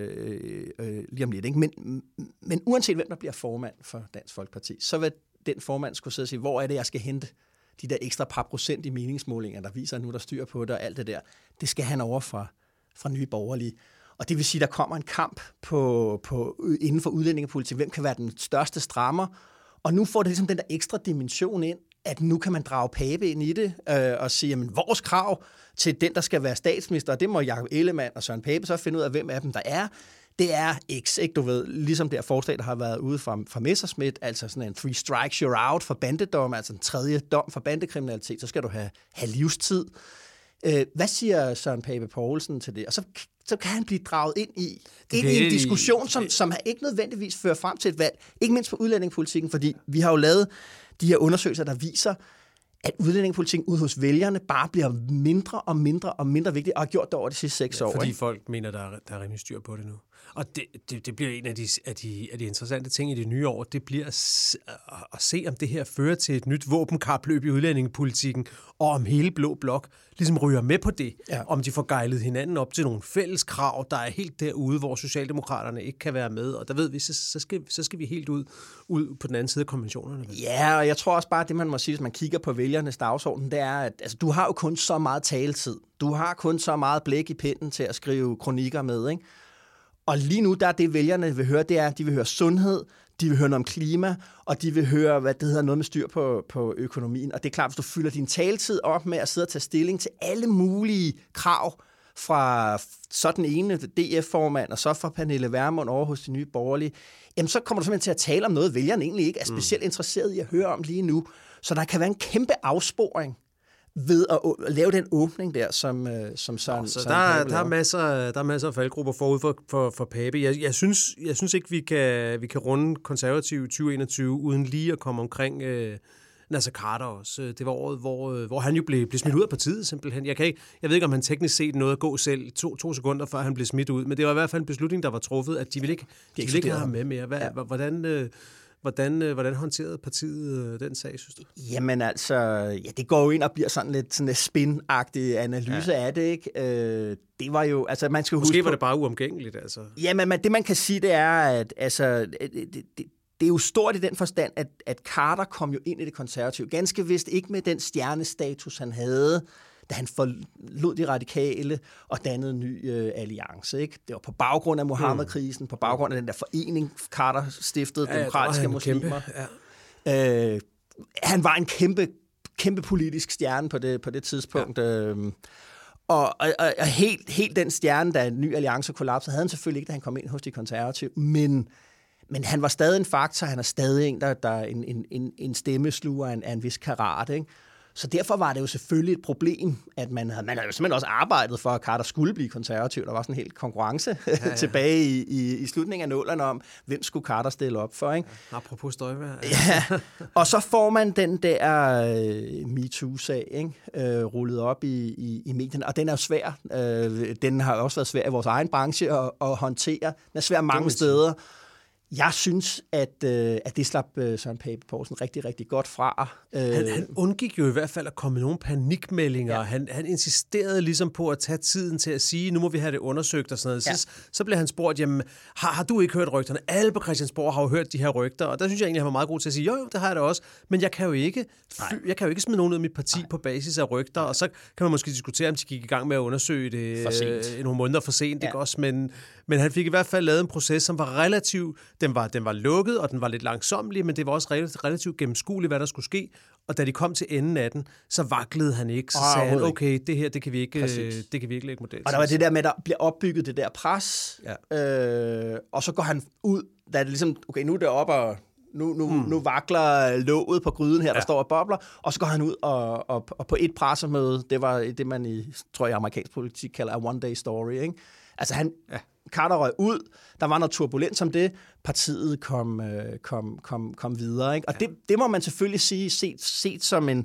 øh, øh, lige om lidt, ikke? Men, men uanset hvem der bliver formand for Dansk Folkeparti, så vil den formand skulle sidde og sige, hvor er det, jeg skal hente de der ekstra par procent i meningsmålinger, der viser, at nu der styr på det og alt det der. Det skal han over fra, fra Nye Borgerlige. Og det vil sige, at der kommer en kamp på, på, inden for udlændingepolitik. Hvem kan være den største strammer? Og nu får det ligesom den der ekstra dimension ind, at nu kan man drage Pape ind i det øh, og sige, jamen vores krav til den, der skal være statsminister, og det må Jakob Ellemann og Søren Pape så finde ud af, hvem af dem der er. Det er X, ikke? Du ved, ligesom det her forslag, der har været ude fra, fra Messerschmidt, altså sådan en three strikes you're out for bandedom, altså en tredje dom for bandekriminalitet, så skal du have, have livstid. Øh, hvad siger Søren Pape Poulsen til det? Og så, så kan han blive draget ind i, ind i en diskussion, som, som ikke nødvendigvis fører frem til et valg, ikke mindst på udlændingepolitikken, fordi vi har jo lavet de her undersøgelser, der viser, at udlændingepolitikken ude hos vælgerne bare bliver mindre og mindre og mindre vigtig, og har gjort det over de sidste seks ja, år. Fordi ikke? folk mener, der er, der er rimelig styr på det nu. Og det, det, det bliver en af de, af, de, af de interessante ting i det nye år, det bliver at, at se, om det her fører til et nyt våbenkapløb i udlændingepolitikken, og om hele Blå Blok ligesom ryger med på det, ja. Om de får gejlet hinanden op til nogle fælles krav, der er helt derude, hvor Socialdemokraterne ikke kan være med, og der ved vi, så, så, skal, så skal vi helt ud, ud på den anden side af konventionerne. Ja, og jeg tror også bare, det man må sige, hvis man kigger på vælgernes dagsorden, det er, at altså, du har jo kun så meget taletid. Du har kun så meget blæk i pinden til at skrive kronikker med, ikke? Og lige nu, der er det, vælgerne vil høre, det er, at de vil høre sundhed, de vil høre noget om klima, og de vil høre, hvad det hedder, noget med styr på, på økonomien. Og det er klart, hvis du fylder din taletid op med at sidde og tage stilling til alle mulige krav fra så den ene D F-formand, og så fra Pernille Vermund over hos de Nye Borgerlige, jamen så kommer du simpelthen til at tale om noget, vælgerne egentlig ikke er specielt interesseret i at høre om lige nu. Så der kan være en kæmpe afsporing ved at lave den åbning der, som, som Søren, så Søren der, Pape der, er masser, der er masser af faldgrupper forud for, for, for Pape. Jeg, jeg, synes, jeg synes ikke, vi kan, vi kan runde konservative tyve enogtyve uden lige at komme omkring øh, Naser Khader også. Det var året, hvor, hvor han jo blev, blev smidt ud af partiet simpelthen. Jeg, kan ikke, jeg ved ikke, om han teknisk set nåede at gå selv to, to sekunder, før han blev smidt ud, men det var i hvert fald en beslutning, der var truffet, at de ville ikke, de ville ikke have ham med mere. Hvad, ja. Hvordan... Øh, Hvordan, hvordan håndterede partiet den sag, synes du? Jamen altså, ja, det går jo ind og bliver sådan lidt sådan en spin-agtig analyse ja. af det, ikke? Øh, det var jo, altså man skal Måske huske var det bare uomgængeligt, altså. Jamen, man, det man kan sige, det er, at altså, det, det, det er jo stort i den forstand, at, at Khader kom jo ind i det konservative. Ganske vist ikke med den stjernestatus, han havde, da han forlod de radikale og dannede en ny øh, alliance. Ikke? Det var på baggrund af Mohammed-krisen, mm. på baggrund af den der forening, Khader stiftede, ja, demokratiske muslimer. Kæmpe, ja. øh, han var en kæmpe, kæmpe politisk stjerne på det, på det tidspunkt. Ja. Øh, og og, og helt, helt den stjerne, da en ny alliance kollapsede, havde han selvfølgelig ikke, da han kom ind hos de konservative, men Men han var stadig en faktor, han er stadig en, der, der er en, en, en, en stemmesluger af en, af en vis karat, ikke? Så derfor var det jo selvfølgelig et problem, at man havde, man havde jo simpelthen også arbejdet for, at Khader skulle blive konservativ. Der var sådan en helt konkurrence ja, ja. tilbage i, i, i slutningen af nullerne om, hvem skulle Khader stille op for, ikke? Ja, apropos Støjberg. Ja, og så får man den der uh, MeToo-sag, ikke? Uh, rullet op i, i, i medierne, og den er jo svær. Uh, den har også været svær i vores egen branche at, at håndtere. Den er svær mange steder. Jeg synes, at, øh, at det slap øh, Søren Pape Poulsen rigtig, rigtig godt fra. Øh, han, han undgik jo i hvert fald at komme med nogle panikmeldinger. Ja. Han, han insisterede ligesom på at tage tiden til at sige, nu må vi have det undersøgt og sådan noget. Ja. Så, så blev han spurgt, jamen, har, har du ikke hørt rygterne? Alle på Christiansborg har jo hørt de her rygter, og der synes jeg egentlig, han var meget god til at sige, jo, jo, det har jeg da også, men jeg kan jo ikke, jeg kan jo ikke smide nogen ud af mit parti Nej. på basis af rygter, og så kan man måske diskutere, om de gik i gang med at undersøge det øh, nogle måneder for sent, ja. ikke også? Men, men han fik i hvert fald lavet en proces, som var relativt, den var, den var lukket, og den var lidt langsomlig, men det var også relativt, relativt gennemskueligt, hvad der skulle ske. Og da de kom til enden af den, så vaklede han ikke. Så oh, sagde han, okay, det her, det kan vi ikke, det kan vi ikke lægge model. Og der var det der med, at der bliver opbygget det der pres, ja. øh, og så går han ud, da det ligesom, okay, nu er det op, og nu, nu, hmm. nu vakler låget på gryden her, ja. der står og bobler, og så går han ud og, og, og på et pressemøde, det var det, man i, tror jeg, amerikansk politik kalder a one-day story, ikke? Altså han... Ja. Khader røg ud, der var noget turbulens om det, partiet kom, kom, kom, kom videre. Ikke? Og ja. det, det må man selvfølgelig sige, set, set som en,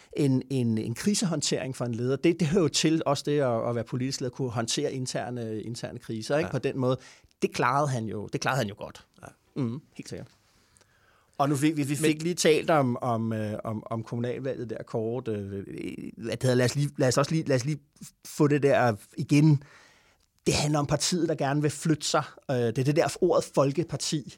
en, en, en krisehåndtering for en leder. Det, det hører jo til også det at, at være politisk leder, kunne håndtere interne, interne kriser, ikke? Ja. På den måde. Det klarede han jo, det klarede han jo godt. Ja. Mm, helt sikkert. Og nu fik vi, vi fik Men, lige talt om, om, om, om kommunalvalget der kort. At lad, os lige, lad os også lige, lad os lige få det der igen. Det handler om partiet, der gerne vil flytte sig. Det er det der ordet folkeparti,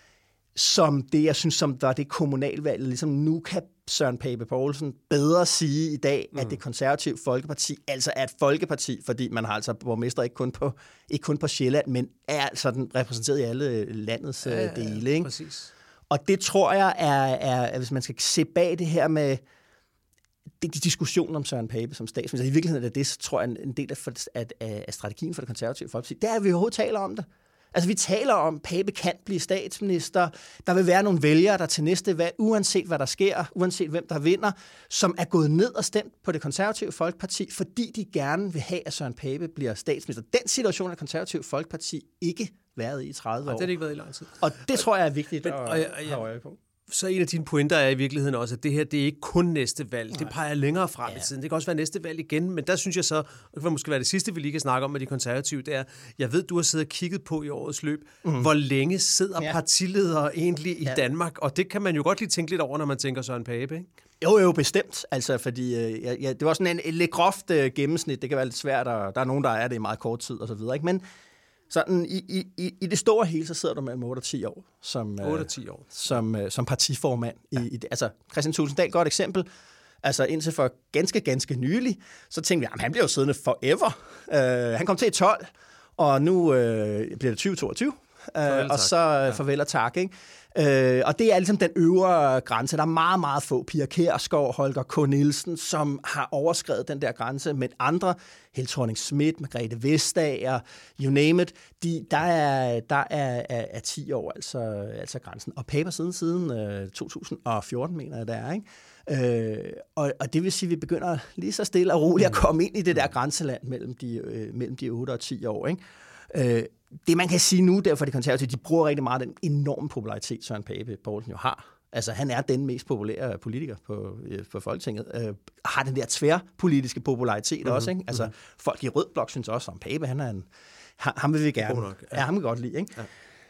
som det, jeg synes, som var det kommunalvalget. Ligesom nu kan Søren Pape Poulsen bedre sige i dag, mm. at det konservative folkeparti altså er et folkeparti, fordi man har altså borgmester ikke kun på, ikke kun på Sjælland, men er altså den repræsenteret i alle landets ja, ja, dele. Ikke? Præcis. Og det tror jeg er, er, hvis man skal se bag det her med det, de diskussioner om Søren Pape som statsminister, i virkeligheden er det, så tror jeg, en del af, af, af strategien for det konservative folkeparti, det er, at vi overhovedet taler om det. Altså, vi taler om, at Pape kan blive statsminister. Der vil være nogle vælgere, der til næste valg, uanset hvad der sker, uanset hvem der vinder, som er gået ned og stemt på det konservative folkeparti, fordi de gerne vil have, at Søren Pape bliver statsminister. Den situation er det konservative folkeparti ikke været i tredive år. Og det har det ikke været i lang tid. Og det tror jeg er vigtigt Men, at og, og, have øje på. Så en af dine pointer er i virkeligheden også, at det her, det er ikke kun næste valg. Det peger længere frem ja. i tiden. Det kan også være næste valg igen, men der synes jeg så, og det kan måske være det sidste, vi lige kan snakke om med de konservative, det er, jeg ved, du har siddet og kigget på i årets løb, mm. hvor længe sidder ja. partiledere egentlig i ja. Danmark, og det kan man jo godt lige tænke lidt over, når man tænker Søren Pape, ikke? Jo, jo, bestemt. Altså, fordi øh, ja, det var sådan en, en lidt groft øh, gennemsnit. Det kan være lidt svært, og der er nogen, der er det i meget kort tid og så videre, ikke? Men sådan, i, i, i det store hele, så sidder du mellem otte og ti år som, otte og ti år. som, som partiformand. Ja. I, i, altså, Kristian Thulesen Dahl, godt eksempel. Altså, indtil for ganske, ganske nylig, så tænkte vi, at han bliver jo siddende forever. Uh, han kom til i tolv, og nu uh, bliver det tyve toogtyve. Uh, og så ja. farvel og tak, ikke? Øh, og det er ligesom den øvre grænse. Der er meget, meget få. Pia Kjærsgaard, Holger K. Nielsen, som har overskredet den der grænse, med andre, Helle Thorning-Schmidt, Margrethe Vestager, you name it, de, der er, der er, er, er ti år, altså, altså grænsen. Og Pape siden siden øh, to tusind og fjorten, mener jeg, det er, ikke? Øh, og, og det vil sige, at vi begynder lige så stille og roligt at komme ind i det der grænseland mellem de, øh, mellem de otte og ti år, ikke? Øh, det man kan sige nu, derfor de konservative, de bruger rigtig meget den enorme popularitet, Søren Pape Poulsen jo har. Altså, han er den mest populære politiker på, øh, på Folketinget. Øh, har den der tværpolitiske popularitet mm-hmm. også, ikke? Altså, mm-hmm. folk i rød blok synes også om Pape, han er en... Ham vil vi gerne... Nok, ja. Ja, ham vil godt lide, ikke? Ja.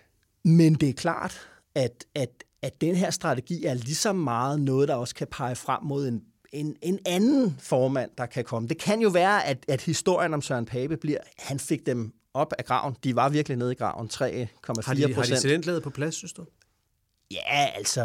Men det er klart, at, at, at den her strategi er lige så meget noget, der også kan pege frem mod en En, en anden formand, der kan komme. Det kan jo være, at, at historien om Søren Pape bliver, han fik dem op af graven. De var virkelig nede i graven, tre komma fire procent. Har de, de talentlaget på plads, synes du? Ja, altså,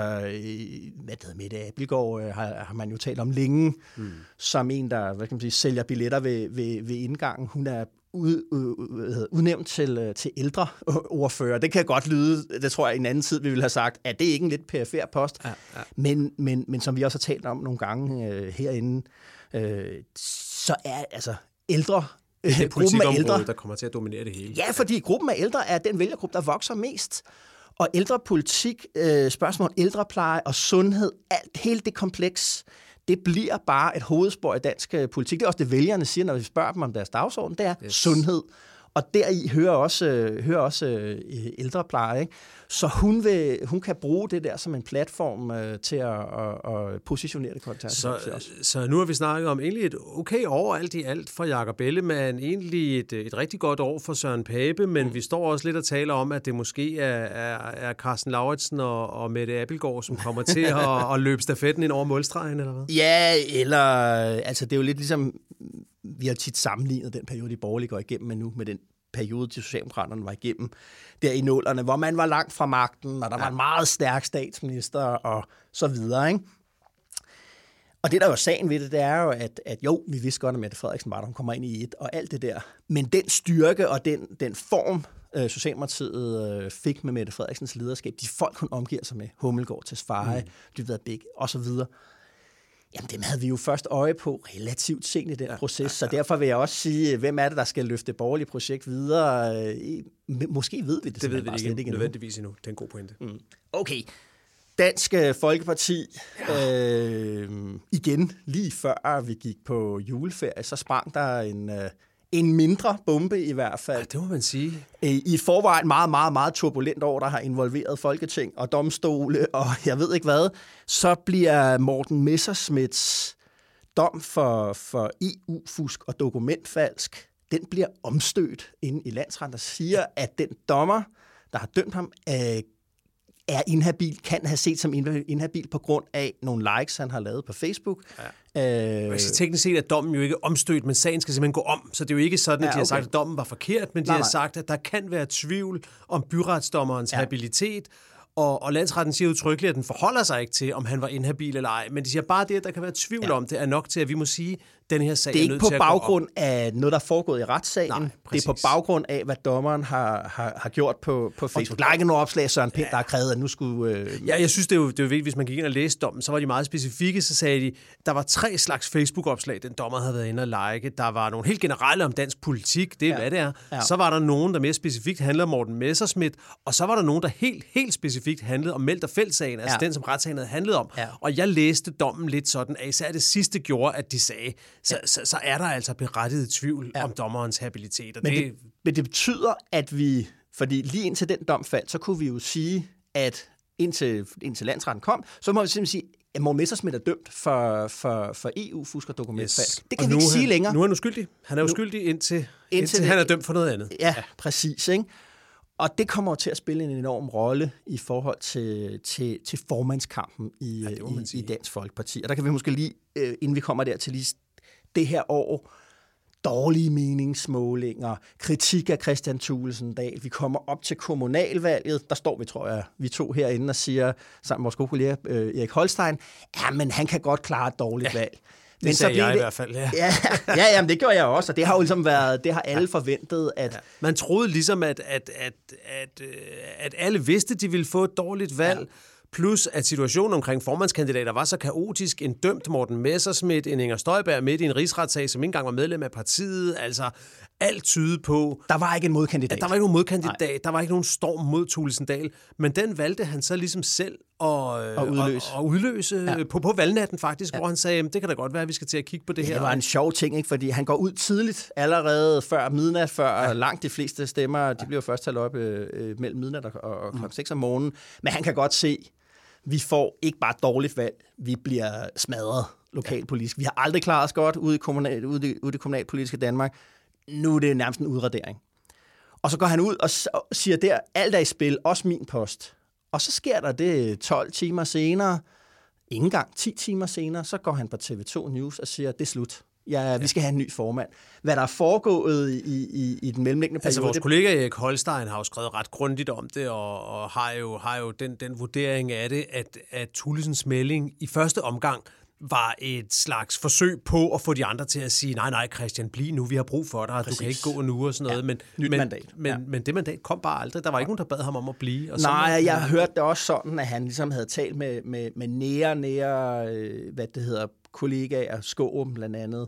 hvad det Mette Abildgaard har, har man jo talt om længe, hmm. som en, der hvad kan man sige, sælger billetter ved, ved, ved indgangen. Hun er ud, ud, udnævnt til, til ældre ordfører. Det kan godt lyde, det tror jeg i en anden tid, vi ville have sagt, at det er ikke en lidt perifer post, ja, ja. Men, men, men som vi også har talt om nogle gange øh, herinde, øh, så er altså ældre, det er gruppen af ældre, der kommer til at dominere det hele. Ja, fordi gruppen af ældre er den vælgergruppe, der vokser mest. Og ældrepolitik, øh, spørgsmål ældrepleje og sundhed, alt, hele det kompleks, det bliver bare et hovedspor i dansk politik. Det er også det, vælgerne siger, når vi spørger dem om deres dagsorden, det er yes. sundhed. Og deri hører også, hører også øh, ældrepleje, ikke? Så hun, vil, hun kan bruge det der som en platform øh, til at, at, at positionere det konservative. Så, så nu har vi snakket om egentlig et okay år alt i alt for Jakob Ellemann, egentlig et, et rigtig godt år for Søren Pape, men mm. vi står også lidt og taler om, at det måske er, er, er Karsten Lauritsen og, og Mette Abildgaard, som kommer til at, at løbe stafetten ind over målstregen, eller hvad? Ja, eller altså det er jo lidt ligesom, vi har tit sammenlignet den periode, de borgerlige går igennem med nu, med den periode, de Socialdemokraterne var igennem, der i nullerne, hvor man var langt fra magten, og der ja. var en meget stærk statsminister, og så videre, ikke? Og det, der var sagen ved det, det er jo, at, at jo, vi vidste godt, at Mette Frederiksen var der, hun kommer ind i et, og alt det der. Men den styrke og den, den form, øh, Socialdemokratiet øh, fik med Mette Frederiksens lederskab, de folk, hun omgiver sig med, Hummelgaard, Tesfaye, mm. Dybvad Bæk, og så videre, jamen, dem havde vi jo først øje på relativt sent i den ja, proces, ja, ja. Så derfor vil jeg også sige, hvem er det, der skal løfte det borgerlige projekt videre? Måske ved vi det. Det ved vi ikke, ikke nødvendigvis endnu. Det er en god pointe. Mm. Okay. Dansk Folkeparti, ja. øh, igen, lige før vi gik på juleferie, så sprang der en... Øh, En mindre bombe i hvert fald. Ja, det må man sige. I forvejen meget, meget, meget turbulent år, der har involveret Folketing og domstole, og jeg ved ikke hvad, så bliver Morten Messerschmidts dom for, for E U-fusk og dokumentfalsk, den bliver omstødt inde i landsretten, der siger, at den dommer, der har dømt ham, øh, er inhabil, kan have set som inhabil på grund af nogle likes, han har lavet på Facebook. Ja. Øh, teknisk set er dommen jo ikke omstødt, men sagen skal simpelthen gå om. Så det er jo ikke sådan, at ja, okay. de har sagt, at dommen var forkert, men de nej, har nej. sagt, at der kan være tvivl om byretsdommerens ja. habilitet. Og, og landsretten siger udtrykkeligt, at den forholder sig ikke til, om han var inhabil eller ej. Men de siger bare det, at der kan være tvivl ja. om det, er nok til, at vi må sige, at den her sag er nødt til at gå op. Det er ikke på baggrund af noget, der er foregået i retssagen. Nej, det er på baggrund af, hvad dommeren har, har, har gjort på, på Facebook. Der er ikke nogen opslag, Søren Pind, ja. der har krævet, at nu skulle... Øh... Ja, jeg synes, det er jo, det er jo vigtigt, hvis man gik ind og læste dommen, så var de meget specifikke. Så sagde de, der var tre slags Facebook-opslag, den dommer havde været inde og like. Der var nogle helt generelle om dansk politik, det er, ja. hvad det er. Ja. Så var der nogen, der mere specifikt handlede om Morten Messerschmidt, og så var der nogen, der helt, helt specifikt handlede om Meldt og Felt-sagen, altså ja. den, som retssagen havde handlet om. Ja. Og jeg læste dommen lidt sådan, at især det sidste gjorde, at de sagde, så, ja. så, så er der altså berettiget tvivl ja. om dommerens habilitet. Og men, det, det, men det betyder, at vi, fordi lige indtil den dom faldt, så kunne vi jo sige, at indtil, indtil landsretten kom, så må vi simpelthen sige, at Morten Messerschmidt er dømt for, for, for E U-fusk og dokumentfalsk. Yes. Det kan og vi ikke sige han, længere. Nu er han uskyldig. Han er uskyldig indtil, indtil, indtil han er dømt for noget andet. Ja, ja. præcis, ikke? Og det kommer til at spille en enorm rolle i forhold til, til, til formandskampen i, ja, i, i Dansk Folkeparti. Og der kan vi måske lige, inden vi kommer der til lige det her år, dårlige meningsmålinger, kritik af Kristian Thulesen Dahl. Vi kommer op til kommunalvalget. Der står vi, tror jeg, vi to herinde og siger, sammen med vores gode kollega Erik Holstein, ja, men han kan godt klare et dårligt ja. valg. Men det sagde så jeg det, i hvert fald, ja. Ja, ja, jamen, det gjorde jeg også, og det har jo ligesom været, det har alle forventet, at... Ja. Man troede ligesom, at, at, at, at, at alle vidste, de ville få et dårligt valg, ja. plus at situationen omkring formandskandidater var så kaotisk. En dømt Morten Messerschmidt, en Inger Støjberg midt i en rigsretssag, som ikke engang var medlem af partiet. Altså, alt tyde på... Der var ikke en modkandidat. Der var ikke nogen modkandidat. Nej. Der var ikke nogen storm mod Thulesen Dahl. Men den valgte han så ligesom selv at, og udløse, og, og udløse ja. på, på valgnatten faktisk, ja. hvor han sagde, det kan da godt være, at vi skal til at kigge på det ja, her. Det var en sjov ting, ikke? Fordi han går ud tidligt, allerede før midnat, før ja. langt de fleste stemmer, de bliver først talt op øh, mellem midnat og, og, og klokken seks om morgenen. Men han kan godt se, vi får ikke bare et dårligt valg, vi bliver smadret lokalpolitisk. Vi har aldrig klaret os godt ude i, kommunal, ude, i, ude i det kommunalpolitiske Danmark. Nu er det nærmest en udradering. Og så går han ud og siger der, alt er i spil, også min post. Og så sker der det tolv timer senere, ikke engang ti timer senere, så går han på T V to News og siger, det er slut. Ja, vi skal have en ny formand. Hvad der er foregået i, i, i den mellemliggende periode... Altså, vores kollega Erik Holstein har jo skrevet ret grundigt om det, og, og har jo, har jo den, den vurdering af det, at, at Thulesens melding i første omgang var et slags forsøg på at få de andre til at sige, nej, nej, Christian, bliv nu, vi har brug for dig, du kan ikke gå nu og sådan noget. Ja, men, nyt men, mandat. Men, ja. men det mandat kom bare aldrig. Der var ikke nogen, der bad ham om at blive. Og nej, sådan, jeg hørte det også sådan, at han ligesom havde talt med, med, med nære, nære, hvad det hedder, kollegaer, Skårum blandt andet,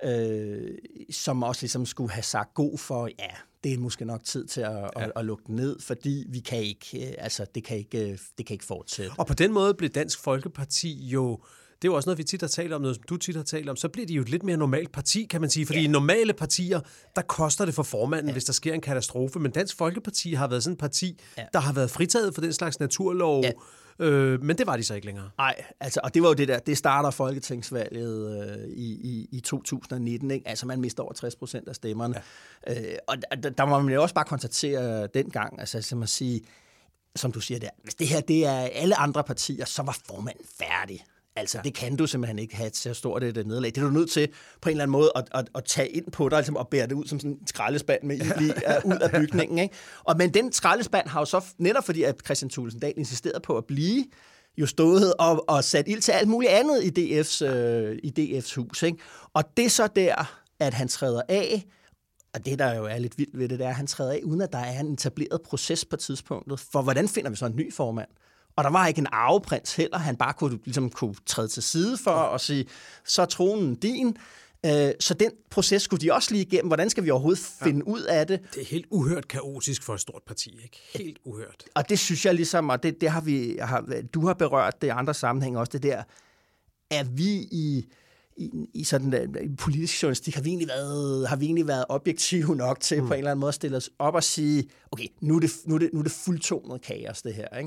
øh, som også ligesom skulle have sagt god for, ja, det er måske nok tid til at, ja. at, at lukke den ned, fordi vi kan ikke, altså det kan ikke, det kan ikke fortsætte. Og på den måde blev Dansk Folkeparti jo, det er jo også noget, vi tit har talt om, noget som du tit har talt om, så bliver de jo et lidt mere normalt parti, kan man sige, fordi ja. i normale partier, der koster det for formanden, ja. hvis der sker en katastrofe, men Dansk Folkeparti har været sådan et parti, ja. der har været fritaget for den slags naturlov, ja. Øh, men det var de så ikke længere. Nej, altså, og det var jo det der, det starter folketingsvalget øh, i, i, i to tusind nitten, ikke? Altså man mister over tres procent af stemmerne. Ja. Øh, og der, der må man jo også bare konstatere dengang, altså som at sige, som du siger der, hvis det her det er alle andre partier, så var formanden færdig. Altså, det kan du simpelthen ikke have så stort et nederlag. Det er du nødt til på en eller anden måde at, at, at tage ind på dig, ligesom, og bære det ud som sådan en skraldespand med ild ud af bygningen. Ikke? Og, men den skraldespand har jo så, netop fordi at Kristian Thulesen Dahl insisterede på at blive, jo stået og, og sat ild til alt muligt andet i D F's, øh, i D F's hus. Ikke? Og det er så der, at han træder af, og det, der jo er lidt vildt ved det, det er, at han træder af, uden at der er en etableret proces på tidspunktet. For hvordan finder vi så en ny formand? Og der var ikke en arveprins heller, han bare kunne, ligesom, kunne træde til side for og sige, så er tronen din. Så den proces skulle de også lige igennem. Hvordan skal vi overhovedet finde ja. ud af det? Det er helt uhørt kaotisk for et stort parti, ikke? Helt uhørt. Og det synes jeg ligesom, og det, det har vi, har, du har berørt det i andre sammenhæng også, det der, at vi i, i, i sådan en politisk journalistik, har vi egentlig været, har vi egentlig været objektive nok til mm. på en eller anden måde at stille os op og sige, okay, nu er det, nu er det, nu er det fuldtonet kaos, det her, ikke? Ja.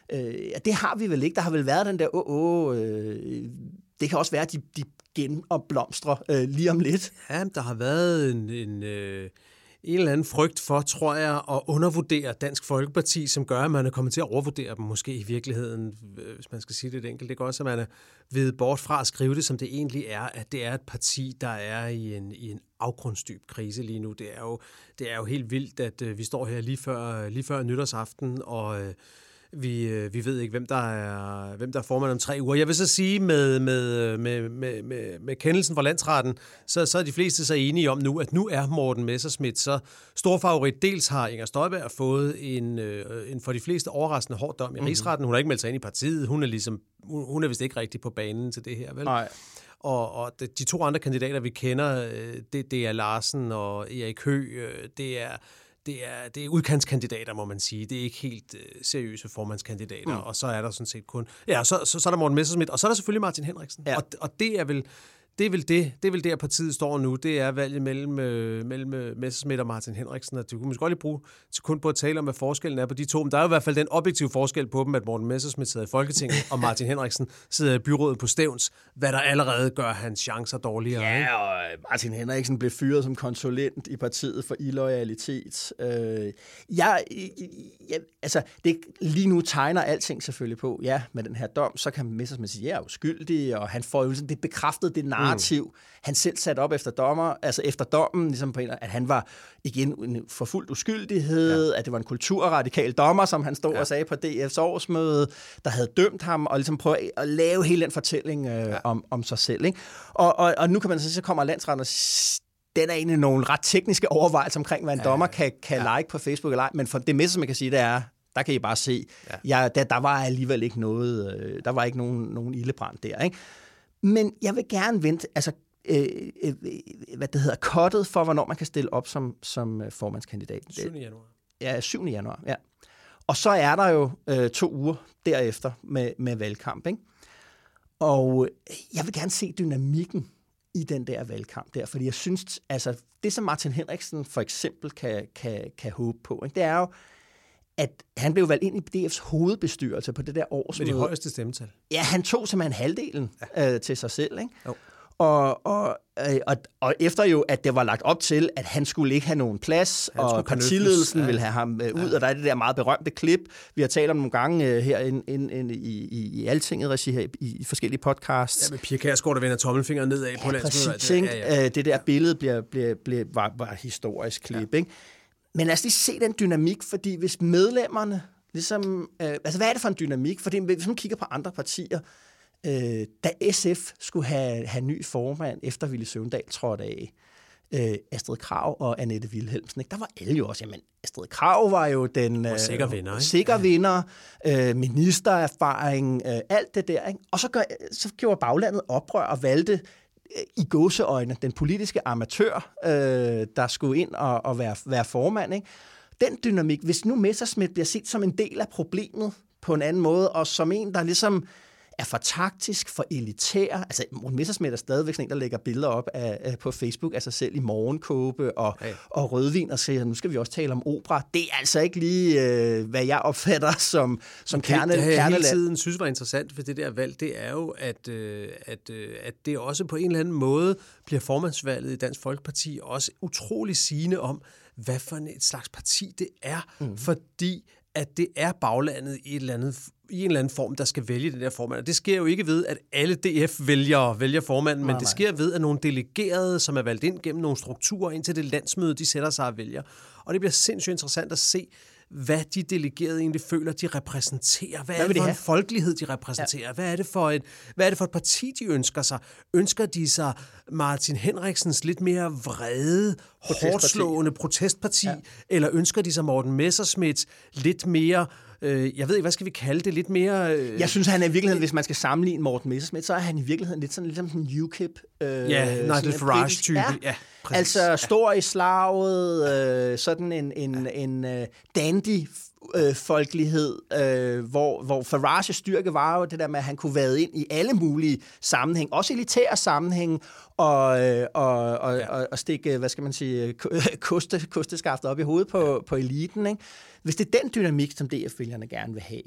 Øh, det har vi vel ikke. Der har vel været den der, åh, åh øh, det kan også være, at de, de genopblomstrer øh, lige om lidt. Ja, der har været en, en, øh, en eller anden frygt for, tror jeg, at undervurdere Dansk Folkeparti, som gør, at man er kommet til at overvurdere dem måske i virkeligheden, hvis man skal sige det enkelt. Det gør også, at man er ved bort fra at skrive det, som det egentlig er, at det er et parti, der er i en, i en afgrundsdyb krise lige nu. Det er jo, det er jo helt vildt, at øh, vi står her lige før, lige før nytårsaften, og øh, Vi, vi ved ikke, hvem der er, hvem der er formand om tre uger. Jeg vil så sige, med, med, med, med, med, med kendelsen fra landsretten, så, så er de fleste så enige om nu, at nu er Morten Messerschmidt så stor favorit. Dels har Inger Støjberg fået en, en for de fleste overraskende hård dom i rigsretten. Hun har ikke meldt sig ind i partiet. Hun er, ligesom, hun er vist ikke rigtig på banen til det her, vel? Nej. Og, og de to andre kandidater, vi kender, det, det er Larsen og Erik Høegh. Det er... Det er, det er udkantskandidater, må man sige. Det er ikke helt øh, seriøse formandskandidater. Mm. Og så er der sådan set kun... Ja, så, så, så er der Morten Messerschmidt, og så er der selvfølgelig Martin Henriksen. Ja. Og, og det er vel... Det er vel det, det er vel der partiet står nu. Det er valget mellem, øh, mellem Messerschmidt og Martin Henriksen. Og det kunne man godt lige bruge kun på at tale om, hvad forskellen er på de to. Men der er jo i hvert fald den objektive forskel på dem, at Morten Messerschmidt sidder i Folketinget, og Martin Henriksen sidder i byrådet på Stevns, hvad der allerede gør hans chancer dårligere. Ja, ikke? og Martin Henriksen blev fyret som konsulent i partiet for illoyalitet. Øh, jeg, jeg, altså, det, lige nu tegner alting selvfølgelig på. Ja, med den her dom, så kan Messerschmidt sige, at jeg er uskyldig, og han får jo sådan, det bekræftet det narrativ, mm. han selv satte op efter dommer, altså efter dommen, ligesom på en, at han var igen en forfulgt uskyldighed, ja. At det var en kulturradikal dommer, som han stod ja. og sagde på D F's årsmøde, der havde dømt ham, og ligesom prøve at lave hele den fortælling øh, ja. om, om sig selv. Ikke? Og, og, og nu kan man så, så kommer landsretten og den er egentlig nogle ret tekniske overvejelser omkring, hvad en ja. dommer kan, kan ja. like på Facebook eller ej, men for det meste, som man kan sige, det er, der kan I bare se, ja. jeg, der, der var alligevel ikke noget, øh, der var ikke nogen, nogen ildebrand der, ikke? Men jeg vil gerne vente, altså, øh, øh, hvad det hedder, cuttet for, hvornår man kan stille op som, som formandskandidat. syvende januar. Ja, syvende januar, ja. Og så er der jo øh, to uger derefter med, med valgkamp, ikke? Og jeg vil gerne se dynamikken i den der valgkamp der, fordi jeg synes, altså, det som Martin Henriksen for eksempel kan, kan, kan håbe på, ikke, det er jo, at han blev valgt ind i D F's hovedbestyrelse på det der årsmøde. Med de højeste stemmetal. Ja, han tog simpelthen halvdelen ja. øh, til sig selv, ikke? Jo. Og, og, øh, og, og efter jo, at det var lagt op til, at han skulle ikke have nogen plads, han og partiledelsen ja. ville have ham øh, ud, ja. og der er det der meget berømte klip, vi har talt om nogle gange øh, her in, in, in, i, i, i Altinget-regi her, i, i forskellige podcasts. Ja, med Pia Kjærsgaard, der vender tommelfingeren nedad på ja, landsmødet. Præcis, ja, ja. Øh, det der billede bliver, bliver, bliver, var, var historisk klip, ja. ikke? Men lad os lige se den dynamik, fordi hvis medlemmerne ligesom, øh, altså hvad er det for en dynamik? Fordi hvis man kigger på andre partier, øh, da S F skulle have, have ny formand, efter Villy Søvndal trådte af, øh, Astrid Krag og Annette Wilhelmsen, ikke? Der var alle jo også, jamen Astrid Krag var jo den øh, sikker vinder, ikke? sikker vinder, øh, ministererfaring, øh, alt det der, ikke? Og så, gør, så gjorde baglandet oprør og valgte i gåseøjne den politiske amatør, øh, der skulle ind og, og være, være formand, ikke? Den dynamik, hvis nu Messerschmidt bliver set som en del af problemet på en anden måde, og som en, der ligesom er for taktisk, for elitær. Altså, Morten Messerschmidt er stadigvæk sådan en, der lægger billeder op af, af, på Facebook af sig selv i morgenkåbe og, hey. og rødvin, og siger, nu skal vi også tale om opera. Det er altså ikke lige, øh, hvad jeg opfatter som, som kerne, det, det kerneland. Det, jeg hele tiden synes var interessant ved det der valg, det er jo, at, øh, at, øh, at det også på en eller anden måde bliver formandsvalget i Dansk Folkeparti også utrolig sigende om, hvad for et slags parti det er, mm. fordi at det er baglandet i, et eller andet, i en eller anden form, der skal vælge den der formand. Og det sker jo ikke ved, at alle D F vælger, vælger formanden, men nej, det sker ved, at nogle delegerede, som er valgt ind gennem nogle strukturer ind til det landsmøde, de sætter sig og vælger. Og det bliver sindssygt interessant at se, hvad de delegerede egentlig føler, de repræsenterer. Hvad, hvad er det for en folkelighed, de repræsenterer? Ja. Hvad er det for et, hvad er det for et parti, de ønsker sig? Ønsker de sig Martin Henriksens lidt mere vrede, hårdslående protestparti, ja. Eller ønsker de sig Morten Messerschmidt lidt mere, øh, jeg ved ikke, hvad skal vi kalde det, lidt mere... Øh, jeg synes, han er i virkeligheden, hvis man skal sammenligne Morten Messerschmidt, så er han i virkeligheden lidt sådan, lidt som sådan en U K I P. Øh, ja, Nigel Farage-type. Ja, ja, altså stor i slaget, øh, sådan en, en, ja. en uh, dandy øh, folkelighed, øh, hvor, hvor Farages styrke var jo det der med, at han kunne vade ind i alle mulige sammenhæng, også elitære sammenhæng, og, øh, og, og, ja. og, og stikke, hvad skal man sige, koste, kosteskaftet op i hovedet på, ja. på eliten, ikke? Hvis det er den dynamik, som D F-vælgerne gerne vil have,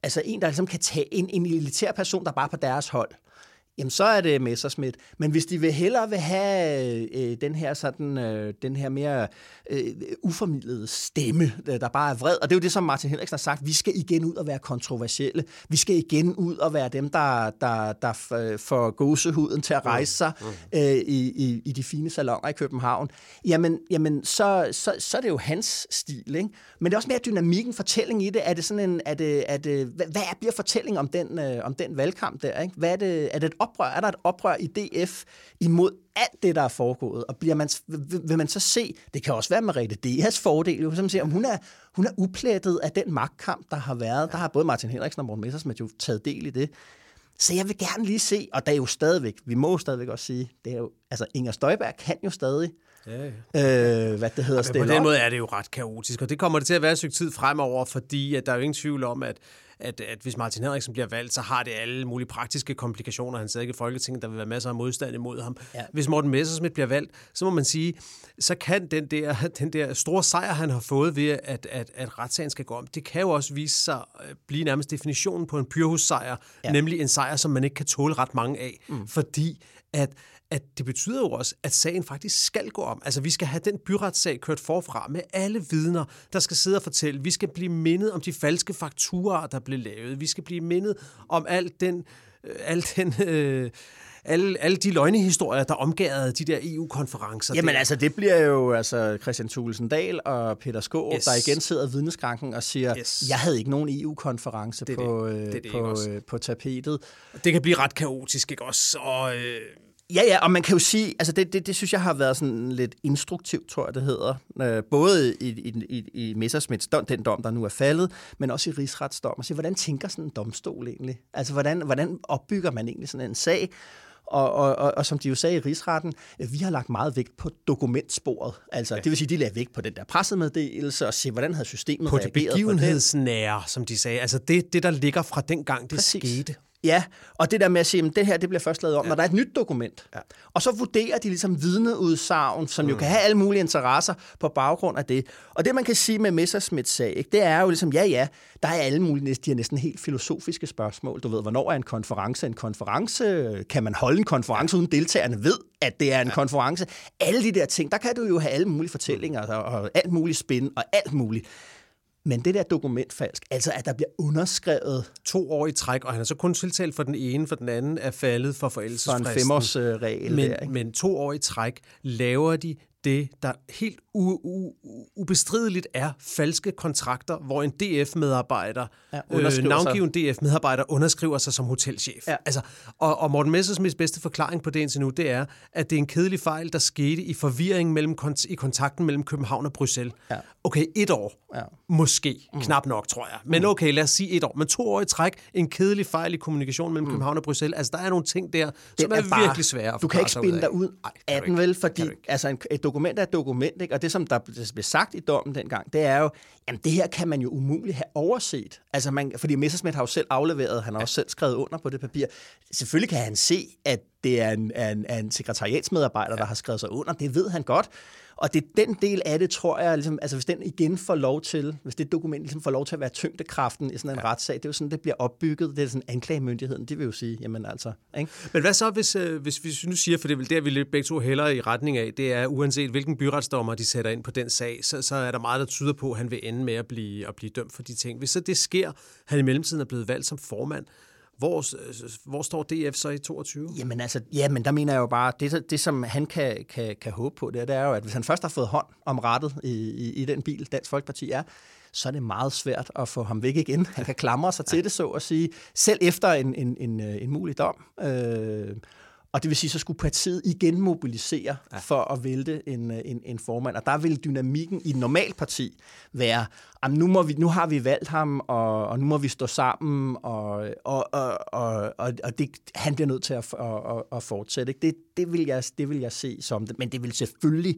altså en, der ligesom kan tage en, en elitær person, der bare er på deres hold, jamen så er det Messerschmidt. Men hvis de vil hellere vil have øh, den her sådan øh, den her mere øh, uformidlede stemme, der bare er vred, og det er jo det, som Martin Henriksen har sagt, vi skal igen ud og være kontroversielle. Vi skal igen ud og være dem, der, der, der får gåsehuden til at rejse sig øh, i, i, i de fine salonger i København. Jamen, jamen så, så, så er det jo hans stil, ikke? Men det er også mere dynamikken, fortælling i det. Er det sådan en, er det, er det, hvad, hvad bliver fortælling om den, øh, om den valgkamp der, ikke? Hvad er det, er det et oprør? Er der et oprør i D F imod alt det, der er foregået? Og bliver man, vil man så se, det kan også være Merete Deas fordel, jo, som siger, om hun er, hun er uplettet af den magtkamp, der har været. Der har både Martin Henriksen og Morten Messerschmidt jo taget del i det. Så jeg vil gerne lige se, og der er jo stadigvæk, vi må jo stadigvæk også sige, det er jo, altså Inger Støjberg kan jo stadig, ja, ja. Øh, hvad det hedder, ja, på den måde er det jo ret kaotisk, og det kommer det til at være et stykke tid fremover, fordi at der er jo ingen tvivl om, at At, at hvis Martin Henriksen bliver valgt, så har det alle mulige praktiske komplikationer. Han sidder ikke i Folketinget, der vil være masser af modstand imod ham. Ja. Hvis Morten Messerschmidt bliver valgt, så må man sige, så kan den der, den der store sejr, han har fået ved, at, at, at retssagen skal gå om, det kan jo også vise sig at blive nærmest definitionen på en pyrhussejr, ja. Nemlig en sejr, som man ikke kan tåle ret mange af. Mm. Fordi at at det betyder jo også, at sagen faktisk skal gå om. Altså, vi skal have den byretssag kørt forfra med alle vidner, der skal sidde og fortælle. Vi skal blive mindet om de falske fakturaer, der blev lavet. Vi skal blive mindet om alt den, øh, alt den, øh, alle, alle de løgnehistorier, der omgærede de der E U-konferencer. Jamen der. altså, det bliver jo altså Christian Thulesen Dahl og Peter Skaarup, yes. der igen sidder i vidneskranken og siger, yes. jeg havde ikke nogen E U-konference det på, det. Det det på, på tapetet. Det kan blive ret kaotisk, ikke også? Og øh, Ja, ja, og man kan jo sige, altså det, det, det synes jeg har været sådan lidt instruktivt, tror jeg det hedder, øh, både i, i, i, i Messerschmidts dom, den dom, der nu er faldet, men også i rigsretsdom, og sige, hvordan tænker sådan en domstol egentlig? Altså, hvordan, hvordan opbygger man egentlig sådan en sag? Og, og, og, og som de jo sagde i rigsretten, vi har lagt meget vægt på dokumentsporet. Altså, ja. Det vil sige, de lagde vægt på den der pressemeddelelse og se, hvordan havde systemet på reageret det begivenhedsnære, som de sagde. Altså det, det der ligger fra den gang, det Præcis. skete. Ja, og det der med at sige, at det her det bliver først lavet om, ja. når der er et nyt dokument. Ja. Og så vurderer de ligesom vidneudsagn, som mm. jo kan have alle mulige interesser på baggrund af det. Og det, man kan sige med Messerschmidts sag, ikke, det er jo ligesom, ja, ja, der er alle mulige, de er næsten helt filosofiske spørgsmål. Du ved, hvornår er en konference en konference? Kan man holde en konference, uden deltagerne ved, at det er en ja. konference? Alle de der ting, der kan du jo have alle mulige fortællinger, og, og alt muligt spin, og alt muligt. Men det der dokumentfalsk, altså at der bliver underskrevet to år i træk, og han er så kun tiltalt for den ene, for den anden er faldet for forældelsesfristen. For en femårsregel men, der, ikke? Men to år i træk laver de det, der helt u- u- ubestrideligt er falske kontrakter, hvor en D F-medarbejder, ja, øh, navngiven D F-medarbejder, underskriver sig som hotelchef. Ja. Altså, og, og Morten Messerschmidts bedste forklaring på det indtil nu, det er, at det er en kedelig fejl, der skete i forvirring mellem, i kontakten mellem København og Bruxelles. Ja. Okay, et år. Ja. Måske. Mm. Knap nok, tror jeg. Men okay, lad os sige et år. Men to år i træk, en kedelig fejl i kommunikationen mellem mm. København og Bruxelles. Altså, der er nogle ting der, som er, er bare, virkelig svære at du kan ikke spinde dig ud Ej, af den vel, fordi altså, en, et dokument er et dokument, ikke? Og det, som der blev sagt i dommen dengang, det er jo, jamen det her kan man jo umuligt have overset. Altså, man, fordi Messerschmidt har jo selv afleveret, han har ja. også selv skrevet under på det papir. Selvfølgelig kan han se, at det er en, en, en sekretariatsmedarbejder, ja. der har skrevet sig under. Det ved han godt. Og det er den del af det, tror jeg, ligesom, altså hvis den igen får lov til, hvis det dokument ligesom får lov til at være tyngdekraften i sådan en ja. retssag, det er jo sådan, det bliver opbygget, det er sådan anklagemyndigheden, det vil jo sige, jamen altså, ikke? Men hvad så, hvis, hvis, hvis vi nu siger, for det er vel der, vi begge to hælder i retning af, det er uanset hvilken byretsdommer de sætter ind på den sag, så, så er der meget, der tyder på, at han vil ende med at blive, at blive dømt for de ting. Hvis så det sker, han i mellemtiden er blevet valgt som formand, Hvor, hvor står D F så i toogtyve? Jamen altså, ja, men der mener jeg jo bare, det, det som han kan, kan, kan håbe på, det, det er jo, at hvis han først har fået hånd om rettet i, i, i den bil, Dansk Folkeparti er, så er det meget svært at få ham væk igen. Han kan klamre sig til det, så at sige, selv efter en, en, en, en mulig dom. Øh, og det vil sige, så skulle partiet igen mobilisere ja. for at vælte en, en, en formand. Og der vil dynamikken i et normalt parti være, jamen nu, må vi, nu har vi valgt ham, og, og nu må vi stå sammen, og, og, og, og, og det, han bliver nødt til at, at, at fortsætte. Det, det, vil jeg, det vil jeg se som det. Men det vil selvfølgelig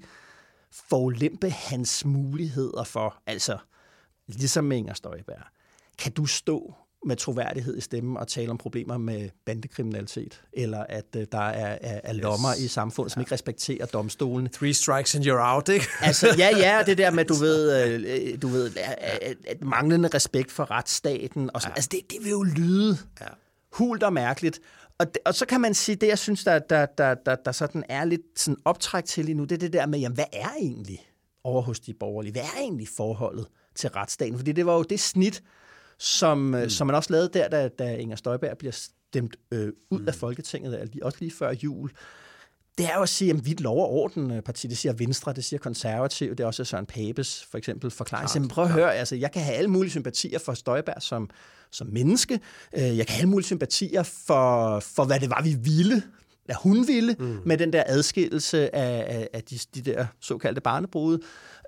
forlempe hans muligheder for, altså ligesom Inger Støjberg. Kan du stå med troværdighed i stemmen og tale om problemer med bandekriminalitet, eller at uh, der er, er, er lommer yes. i samfundet, som ja. ikke respekterer domstolene. Three strikes and you're out, ikke? Altså, ja, ja, det der med, du ved, øh, du ved at, at manglende respekt for retsstaten, og sådan, ja. altså, det, det vil jo lyde ja. hult og mærkeligt. Og, det, og så kan man sige, det jeg synes, der, der, der, der, der sådan er lidt sådan optræk til lige nu, det er det der med, jamen, hvad er egentlig over hos de borgerlige? Hvad er egentlig forholdet til retsstaten? Fordi det var jo det snit, som, mm. som man også lavede der, da, da Inger Støjberg bliver stemt øh, ud mm. af Folketinget, også lige før jul. Det er jo at sige, at vi er et lov- og orden-parti. Det siger Venstre, det siger Konservativ, det er også Søren Papes for eksempel forklaring. Så prøv at høre, altså, jeg kan have alle mulige sympatier for Støjberg som, som menneske. Jeg kan have alle mulige sympatier for, for hvad det var, vi ville, hvad hun ville, mm. med den der adskillelse af, af, af de, de der såkaldte barnebrud.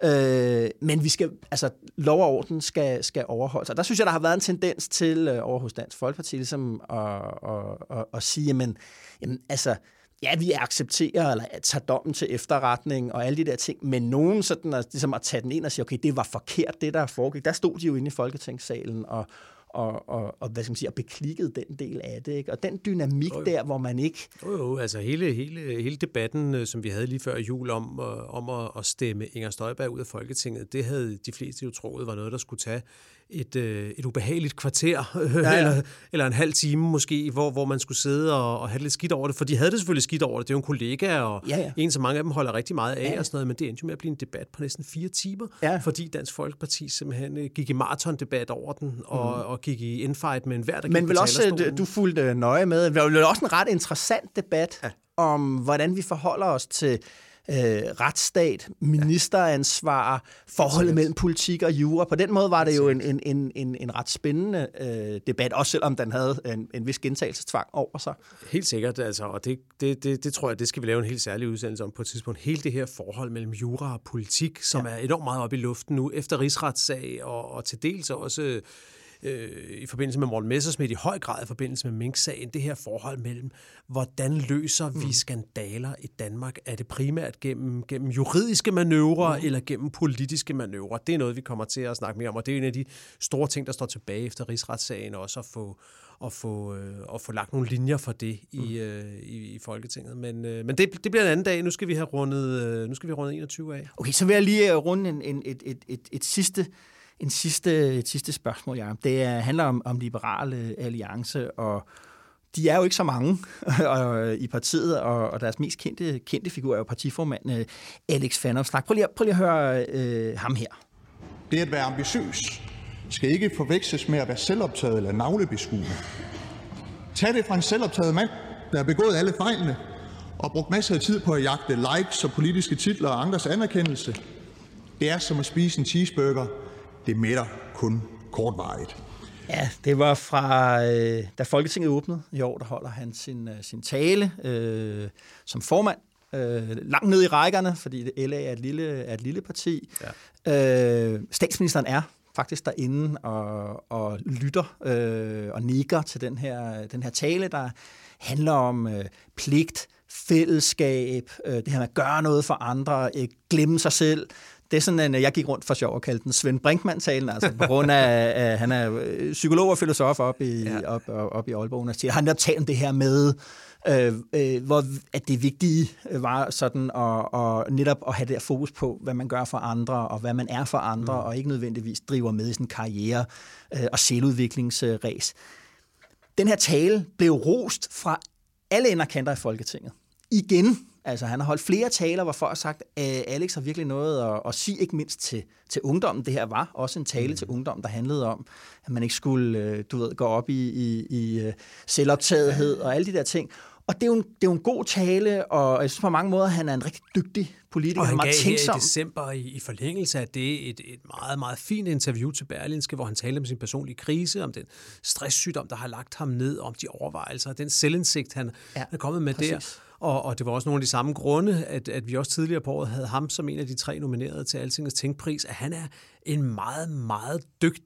Øh, men vi skal, altså, lov og orden skal, skal overholdes. Og der synes jeg, der har været en tendens til øh, over hos Dansk Folkeparti, ligesom at, at, at, at sige, jamen, jamen, altså, ja, vi accepterer eller tager dommen til efterretning og alle de der ting, men nogen sådan at, ligesom at tage den ind og sige, okay, det var forkert, det der foregik. Der stod de jo inde i Folketingssalen og, og, og, og hvad skal man sige, og beklikkede den del af det, ikke? Og den dynamik jo, jo. der, hvor man ikke... Jo, jo, altså hele, hele, hele debatten, som vi havde lige før jul om, om at, at stemme Inger Støjberg ud af Folketinget, det havde de fleste jo troet var noget, der skulle tage et, et ubehageligt kvarter, ja, ja. eller, eller en halv time måske, hvor, hvor man skulle sidde og, og have lidt skidt over det, for de havde det selvfølgelig skidt over det. Det er jo en kollega, og ja, ja. en, som mange af dem holder rigtig meget af, ja, ja. og sådan noget, men det endte jo med at blive en debat på næsten fire timer, ja. fordi Dansk Folkeparti simpelthen gik i maratondebat over den, og, mm. og gik i infight med enhver, der gik men vel også, du fulgte nøje med, det var også en ret interessant debat ja. om, hvordan vi forholder os til Øh, retsstat, ministeransvar, forholdet mellem politik og jura. På den måde var det jo en, en, en, en, en ret spændende øh, debat, også selvom den havde en, en vis gentagelsestvang over sig. Helt sikkert, altså, og det, det, det, det tror jeg, det skal vi lave en helt særlig udsendelse om på et tidspunkt. Hele det her forhold mellem jura og politik, som ja. er enormt meget oppe i luften nu, efter rigsretssag, og, og til dels også øh, i forbindelse med Morten Messerschmidt, i høj grad i forbindelse med Mink-sagen, det her forhold mellem, hvordan løser vi mm. skandaler i Danmark? Er det primært gennem, gennem juridiske manøvrer mm. eller gennem politiske manøvrer? Det er noget, vi kommer til at snakke mere om, og det er en af de store ting, der står tilbage efter rigsretssagen, også at få, at få, øh, at få lagt nogle linjer for det i, mm. øh, i, i Folketinget. Men, øh, men det, det bliver en anden dag. Nu skal vi have rundet, øh, nu skal vi have rundet enogtyve af. Okay, så vil jeg lige runde en, en, et, et, et, et sidste En sidste, et sidste spørgsmål, ja. Det er, handler om, om Liberale Alliance, og de er jo ikke så mange i partiet, og, og deres mest kendte, kendte figur er jo partiformand uh, Alex Vanopslagh. Prøv lige, prøv lige at høre uh, ham her. Det at være ambitiøs skal ikke forveksles med at være selvoptaget eller navlebeskuende. Tag det fra en selvoptaget mand, der har begået alle fejlene og brugt masser af tid på at jagte likes og politiske titler og andres anerkendelse. Det er som at spise en cheeseburger. Det mætter kun kortvarigt. Ja, det var fra, øh, da Folketinget åbnede i år, der holder han sin, øh, sin tale øh, som formand. Øh, langt ned i rækkerne, fordi L A er et lille, er et lille parti. Ja. Øh, statsministeren er faktisk derinde og, og lytter øh, og nikker til den her, den her tale, der handler om øh, pligt, fællesskab, øh, det her med at gøre noget for andre, ikke glemme sig selv. Det er sådan en, jeg gik rundt for sjov og kaldte den Svend Brinkmann-talen, altså på grund af, at han er psykolog og filosof op i, ja. op, op i Aalborg Universitet. Han har talt om det her med, øh, øh, hvor, at det vigtige var sådan at, og netop at have der fokus på, hvad man gør for andre, og hvad man er for andre, mm. og ikke nødvendigvis driver med i sådan en karriere- øh, og selvudviklingsræs. Den her tale blev rost fra alle ender kanter i Folketinget. Igen. Altså, han har holdt flere taler, hvor folk har sagt, at Alex har virkelig noget at, at sige, ikke mindst til, til ungdommen. Det her var også en tale mm. til ungdommen, der handlede om, at man ikke skulle, du ved, gå op i, i, i selvoptagethed og alle de der ting. Og det er, jo en, det er jo en god tale, og jeg synes på mange måder, han er en rigtig dygtig politiker. Og han gav her i december i, i forlængelse af det et, et meget, meget fint interview til Berlingske, hvor han talte om sin personlige krise, om den stresssygdom, der har lagt ham ned, om de overvejelser, den selvindsigt, han ja, er kommet med præcis. der. Og, og det var også nogle af de samme grunde, at, at vi også tidligere på året havde ham som en af de tre nominerede til Altingets Tænkpris, at han er en meget, meget dygtig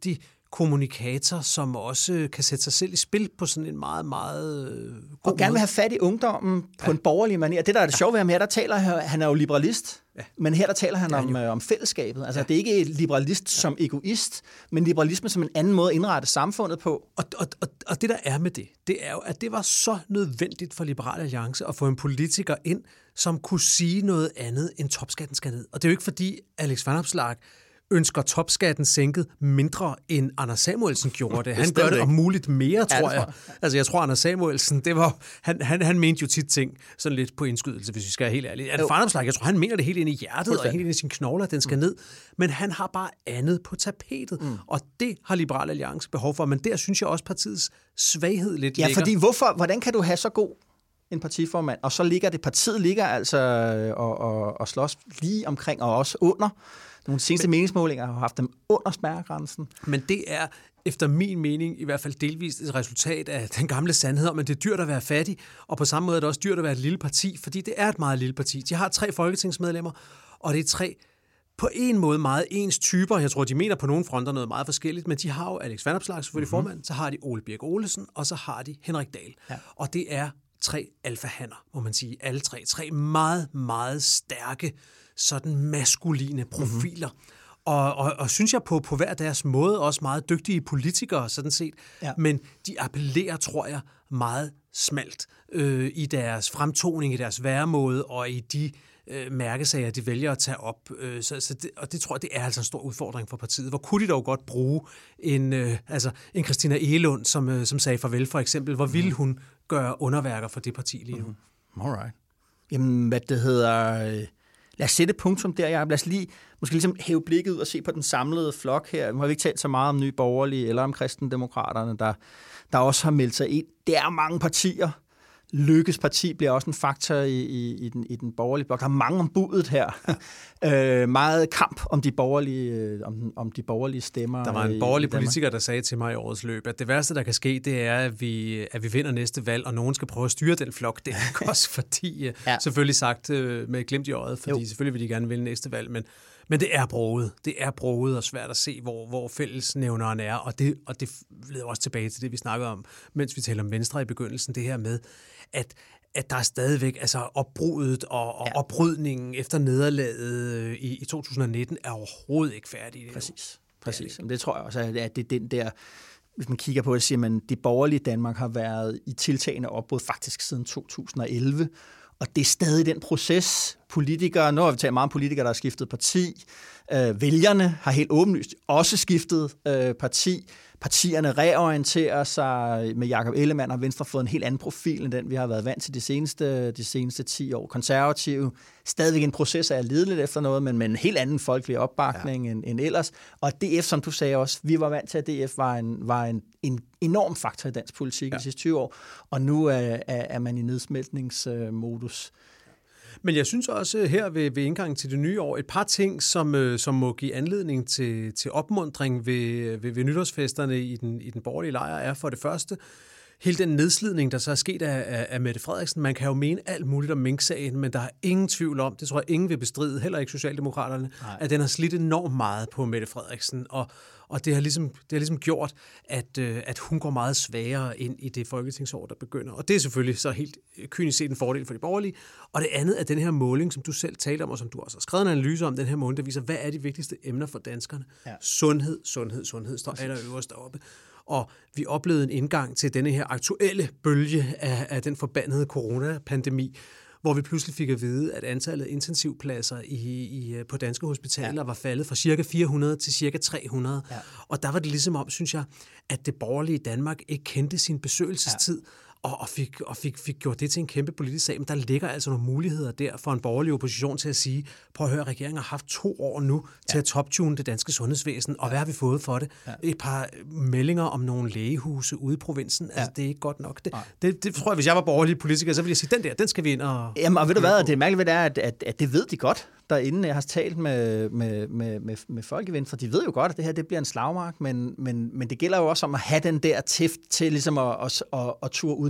kommunikator, som også kan sætte sig selv i spil på sådan en meget, meget øh, god Og gerne måde. vil have fat i ungdommen på ja. en borgerlig manier. Det, der er det sjove ved ham her, der taler han er jo liberalist, ja. men her der taler han om, øh, om fællesskabet. Altså, ja. det er ikke liberalist ja. som egoist, men liberalisme som en anden måde at indrette samfundet på. Og, og, og, og det, der er med det, det er jo, at det var så nødvendigt for Liberal Alliance at få en politiker ind, som kunne sige noget andet end topskatten skal ned. Og det er jo ikke fordi Alex Vanopslagh ønsker topskatten sænket mindre end Anders Samuelsen gjorde det. Han gør det om muligt mere, tror ja, jeg. jeg. Altså, jeg tror, Anders Samuelsen, det var, han, han, han mente jo tit ting sådan lidt på indskydelse, hvis vi skal være helt ærlige. Alex Vanopslagh, jeg tror, han mener det helt ind i hjertet og helt ind i sine knogler, den skal mm. ned. Men han har bare andet på tapetet, mm. og det har Liberal Alliance behov for. Men der synes jeg også, partiets svaghed lidt ja, ligger. Ja, fordi hvorfor, hvordan kan du have så god en partiformand, og så ligger det, partiet ligger altså og, og, og slås lige omkring og også under. Nogle seneste men, meningsmålinger har haft dem under smerregrænsen. Men det er efter min mening i hvert fald delvist et resultat af den gamle sandhed om, at det er dyrt at være fattig, og på samme måde er det også dyrt at være et lille parti, fordi det er et meget lille parti. De har tre folketingsmedlemmer, og det er tre på en måde meget ens typer. Jeg tror, de mener på nogle fronter noget meget forskelligt, men de har jo Alex Vanopslagh selvfølgelig mm-hmm. formand, så har de Ole Birk Olesen, og så har de Henrik Dahl. Ja. Og det er tre alfahanner, må man sige. Alle tre. Tre meget, meget stærke, sådan maskuline profiler. Mm-hmm. Og, og, og synes jeg på, på hver deres måde også meget dygtige politikere, sådan set. Ja. Men de appellerer, tror jeg, meget smalt øh, i deres fremtoning, i deres væremåde og i de øh, mærkesager, de vælger at tage op. Øh, så, så det, og det tror jeg, det er altså en stor udfordring for partiet. Hvor kunne de dog godt bruge en, øh, altså en Christina Egelund, som, øh, som sagde farvel for eksempel. Hvor ville hun gøre underværker for det parti lige nu? Mm-hmm. Alright. Jamen, hvad det hedder... Lad os sætte punktum der, Jacob. Lad os lige måske ligesom hæve blikket ud og se på den samlede flok her. Nu har vi ikke talt så meget om Nye Borgerlige eller om Kristendemokraterne, der, der også har meldt sig ind. Det er mange partier. Lykkes parti bliver også en faktor i, i, i, den, i den borgerlige blok. Der er mange om budet her. øh, meget kamp om de borgerlige, om, om de borgerlige stemmer. Der var en borgerlig politiker, der sagde til mig i årets løb, at det værste, der kan ske, det er, at vi, at vi vinder næste valg, og nogen skal prøve at styre den flok. Det er også fordi, ja. selvfølgelig sagt med glimt i øjet, fordi jo. selvfølgelig vil de gerne vinde næste valg, men Men det er broget. Det er broget og svært at se, hvor, hvor fællesnævneren er. Og det, og det leder også tilbage til det, vi snakkede om, mens vi talte om Venstre i begyndelsen. Det her med, at, at der er stadigvæk altså opbruddet og, og ja. oprydningen efter nederlaget i, i to tusind nitten er overhovedet ikke færdig. Præcis. Præcis. Det, det tror jeg også, at det er den der... Hvis man kigger på det, siger man, det borgerlige Danmark har været i tiltagende opbrud faktisk siden to tusind elleve. Og det er stadig den proces. Politikere, nu har vi talt meget om politikere, der har skiftet parti. Øh, vælgerne har helt åbenlyst også skiftet øh, parti. Partierne reorienterer sig. Med Jakob Ellemann har Venstre fået en helt anden profil, end den vi har været vant til de seneste, de seneste ti år. Konservative, stadigvæk en proces af at lede lidt efter noget, men med en helt anden folkelig opbakning ja. end, end ellers. Og D F, som du sagde også, vi var vant til, at D F var en, var en, en enorm faktor i dansk politik ja. de sidste tyve år, og nu er, er, er man i nedsmeltningsmodus. Men jeg synes også her ved, ved indgangen til det nye år, et par ting, som, øh, som må give anledning til, til opmuntring ved, ved, ved nytårsfesterne i den, i den borgerlige lejr, er for det første hele den nedslidning, der så er sket af, af, af Mette Frederiksen. Man kan jo mene alt muligt om Mink-sagen, men der er ingen tvivl om, det tror jeg ingen vil bestride, heller ikke Socialdemokraterne, Nej. at den har slidt enormt meget på Mette Frederiksen, og Og det har ligesom, det har ligesom gjort, at, øh, at hun går meget svagere ind i det folketingsår, der begynder. Og det er selvfølgelig så helt kynisk set en fordel for de borgerlige. Og det andet er den her måling, som du selv talte om, og som du også har skrevet en analyse om, den her måling, der viser, hvad er de vigtigste emner for danskerne? Ja. Sundhed, sundhed, sundhed står allerøverst deroppe. Og vi oplevede en indgang til denne her aktuelle bølge af, af den forbandede coronapandemi, hvor vi pludselig fik at vide, at antallet af intensivpladser i, i, på danske hospitaler ja. var faldet fra cirka fire hundrede til cirka tre hundrede. Ja. Og der var det ligesom om, synes jeg, at det borgerlige Danmark ikke kendte sin besøgelsestid, ja. og, og, fik, og fik, fik gjort det til en kæmpe politisk sag. Men der ligger altså nogle muligheder der for en borgerlig opposition til at sige, prøv at høre, regeringen har haft to år nu ja. til at toptune det danske sundhedsvæsen, og ja. hvad har vi fået for det? Ja. Et par meldinger om nogle lægehuse ude i provinsen, ja. altså det er ikke godt nok. Det, det, det tror jeg, hvis jeg var borgerlig politiker, så ville jeg sige, den der, den skal vi ind og... Jamen, og ved du hvad, det er mærkeligt ved det er, at, at, at det ved de godt derinde. Jeg har talt med, med, med, med, med folk i Venstre, de ved jo godt, at det her det bliver en slagmark, men, men, men det gælder jo også om at have den der tæft til ligesom at, at, at, at ture uden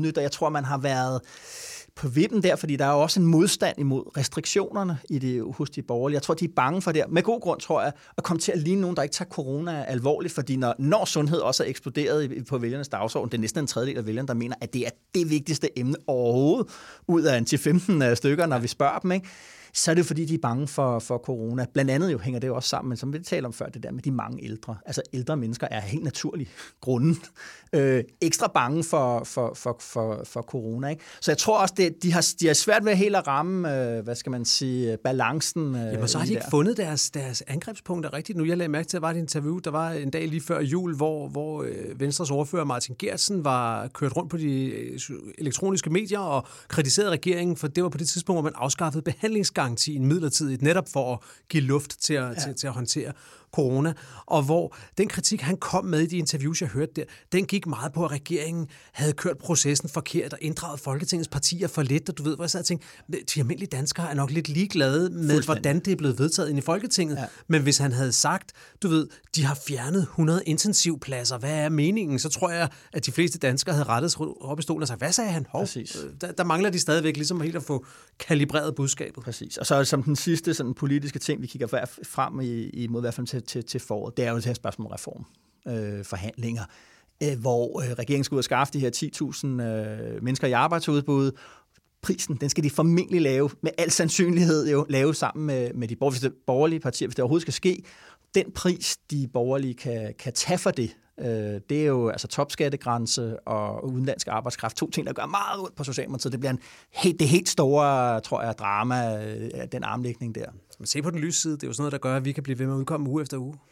udnytte. Jeg tror, man har været på vippen der, fordi der er jo også en modstand imod restriktionerne i det, hos de borgerlige. Jeg tror, de er bange for det, med god grund, tror jeg, at komme til at ligne nogen, der ikke tager corona alvorligt, fordi når, når sundhed også er eksploderet på vælgernes dagsorden, det er næsten en tredjedel af vælgerne, der mener, at det er det vigtigste emne overhovedet, ud af en til femten stykker, når vi spørger dem, ikke? Så er det jo, fordi de er bange for, for corona. Blandt andet jo hænger det jo også sammen, men som vi talte om før, det der med de mange ældre. Altså ældre mennesker er helt naturligt grunden øh, ekstra bange for, for, for, for, for corona. Ikke? Så jeg tror også, det, de, har, de har svært ved helt at ramme, øh, hvad skal man sige, balancen. Øh, Jamen, så har de ikke der. fundet deres, deres angrebspunkter rigtigt nu. Jeg lagde mærke til, at der var et interview, der var en dag lige før jul, hvor, hvor øh, Venstres ordfører Martin Geertsen var kørt rundt på de elektroniske medier og kritiserede regeringen, for det var på det tidspunkt, hvor man afskaffede behandlingsgarantien midlertidigt, netop for at give luft til at, ja. til, til at håndtere corona, og hvor den kritik, han kom med i de interviews, jeg hørte der, den gik meget på, at regeringen havde kørt processen forkert og inddraget Folketingets partier for lidt, og du ved, hvor jeg sad og tænkte, de almindelige danskere er nok lidt ligeglade med, hvordan det er blevet vedtaget ind i Folketinget, ja. Men hvis han havde sagt, du ved, de har fjernet hundrede intensivpladser, hvad er meningen? Så tror jeg, at de fleste danskere havde rettet sig op i stolen og sagt, hvad sagde han? Hov, der, der mangler de stadigvæk ligesom helt at få kalibreret budskabet. Præcis. Og så som den sidste sådan politiske ting, vi kigger frem i, imod i hvert fald til Til, til foråret. Det er jo det her spørgsmål om reformforhandlinger, øh, øh, hvor øh, regeringen skal ud og skaffe de her ti tusind øh, mennesker i arbejdsudbud. Prisen, den skal de formentlig lave, med al sandsynlighed jo, lave sammen med, med de borgerlige partier, hvis det overhovedet skal ske. Den pris, de borgerlige kan, kan tage for det, øh, det er jo altså topskattegrænse og udenlandsk arbejdskraft. To ting, der gør meget ud på Socialdemokratiet. Det bliver en helt, det helt store, tror jeg, drama af den armlægning der. Men se på den lyse side, det er jo sådan noget, der gør, at vi kan blive ved med at udkomme uge efter uge.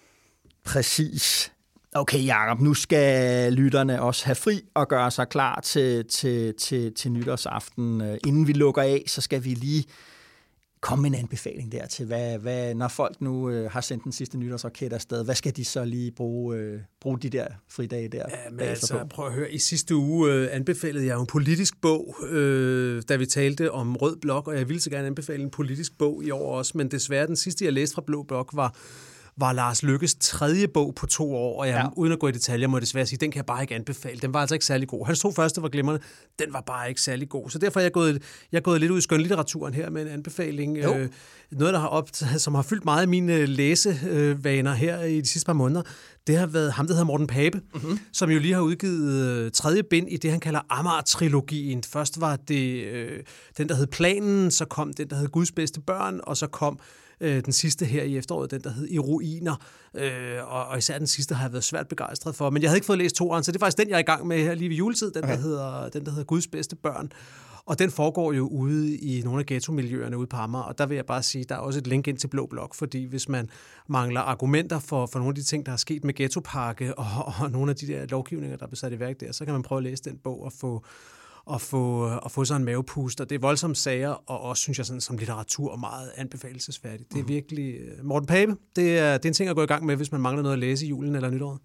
Præcis. Okay, Jacob, nu skal lytterne også have fri og gøre sig klar til, til, til, til nytårsaften. Inden vi lukker af, så skal vi lige komme med en anbefaling der til, hvad, hvad, når folk nu øh, har sendt den sidste nytårsraket afsted, hvad skal de så lige bruge, øh, bruge de der fridage der? Ja, men altså, prøv at høre, i sidste uge øh, anbefalede jeg en politisk bog, øh, da vi talte om Rød Blok, og jeg ville så gerne anbefale en politisk bog i år også, men desværre den sidste, jeg læste fra Blå Blok, var var Lars Løkkes tredje bog på to år, og jeg, ja. uden at gå i detaljer, må jeg desværre sige, den kan jeg bare ikke anbefale. Den var altså ikke særlig god. Hans to første var glimrende, den var bare ikke særlig god. Så derfor er jeg gået, jeg er gået lidt ud i skønlitteraturen her med en anbefaling. Øh, noget, der har op, som har fyldt meget af mine læsevaner her i de sidste par måneder, det har været ham, der hedder Morten Pape, mm-hmm. som jo lige har udgivet øh, tredje bind i det, han kalder Amager-trilogien. Først var det øh, den, der hed Planen, så kom den, der hed Guds bedste børn, og så kom øh, den sidste her i efteråret, den, der hed I ruiner. Øh, og, og især den sidste har jeg været svært begejstret for. Men jeg havde ikke fået læst toeren, så det er faktisk den, jeg er i gang med her lige ved juletid, den, okay. der, hedder, den, der hedder Guds bedste børn. Og den foregår jo ude i nogle af ghetto-miljøerne ude på Amager, og der vil jeg bare sige, der er også et link ind til Blå Blok, fordi hvis man mangler argumenter for, for nogle af de ting, der er sket med ghettopakke og, og nogle af de der lovgivninger, der er besat i værk der, så kan man prøve at læse den bog og få, og få, og få sig en mavepust. Og det er voldsomme sager, og også, synes jeg, sådan, som litteratur meget anbefalelsesværdigt. Det er virkelig... Morten Pape, det er, det er en ting at gå i gang med, hvis man mangler noget at læse i julen eller nytåret.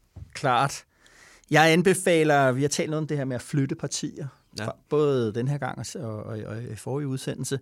Klart. Jeg anbefaler, vi har talt noget om det her med at flytte partier, ja. Både den her gang og, og, og i forrige udsendelse.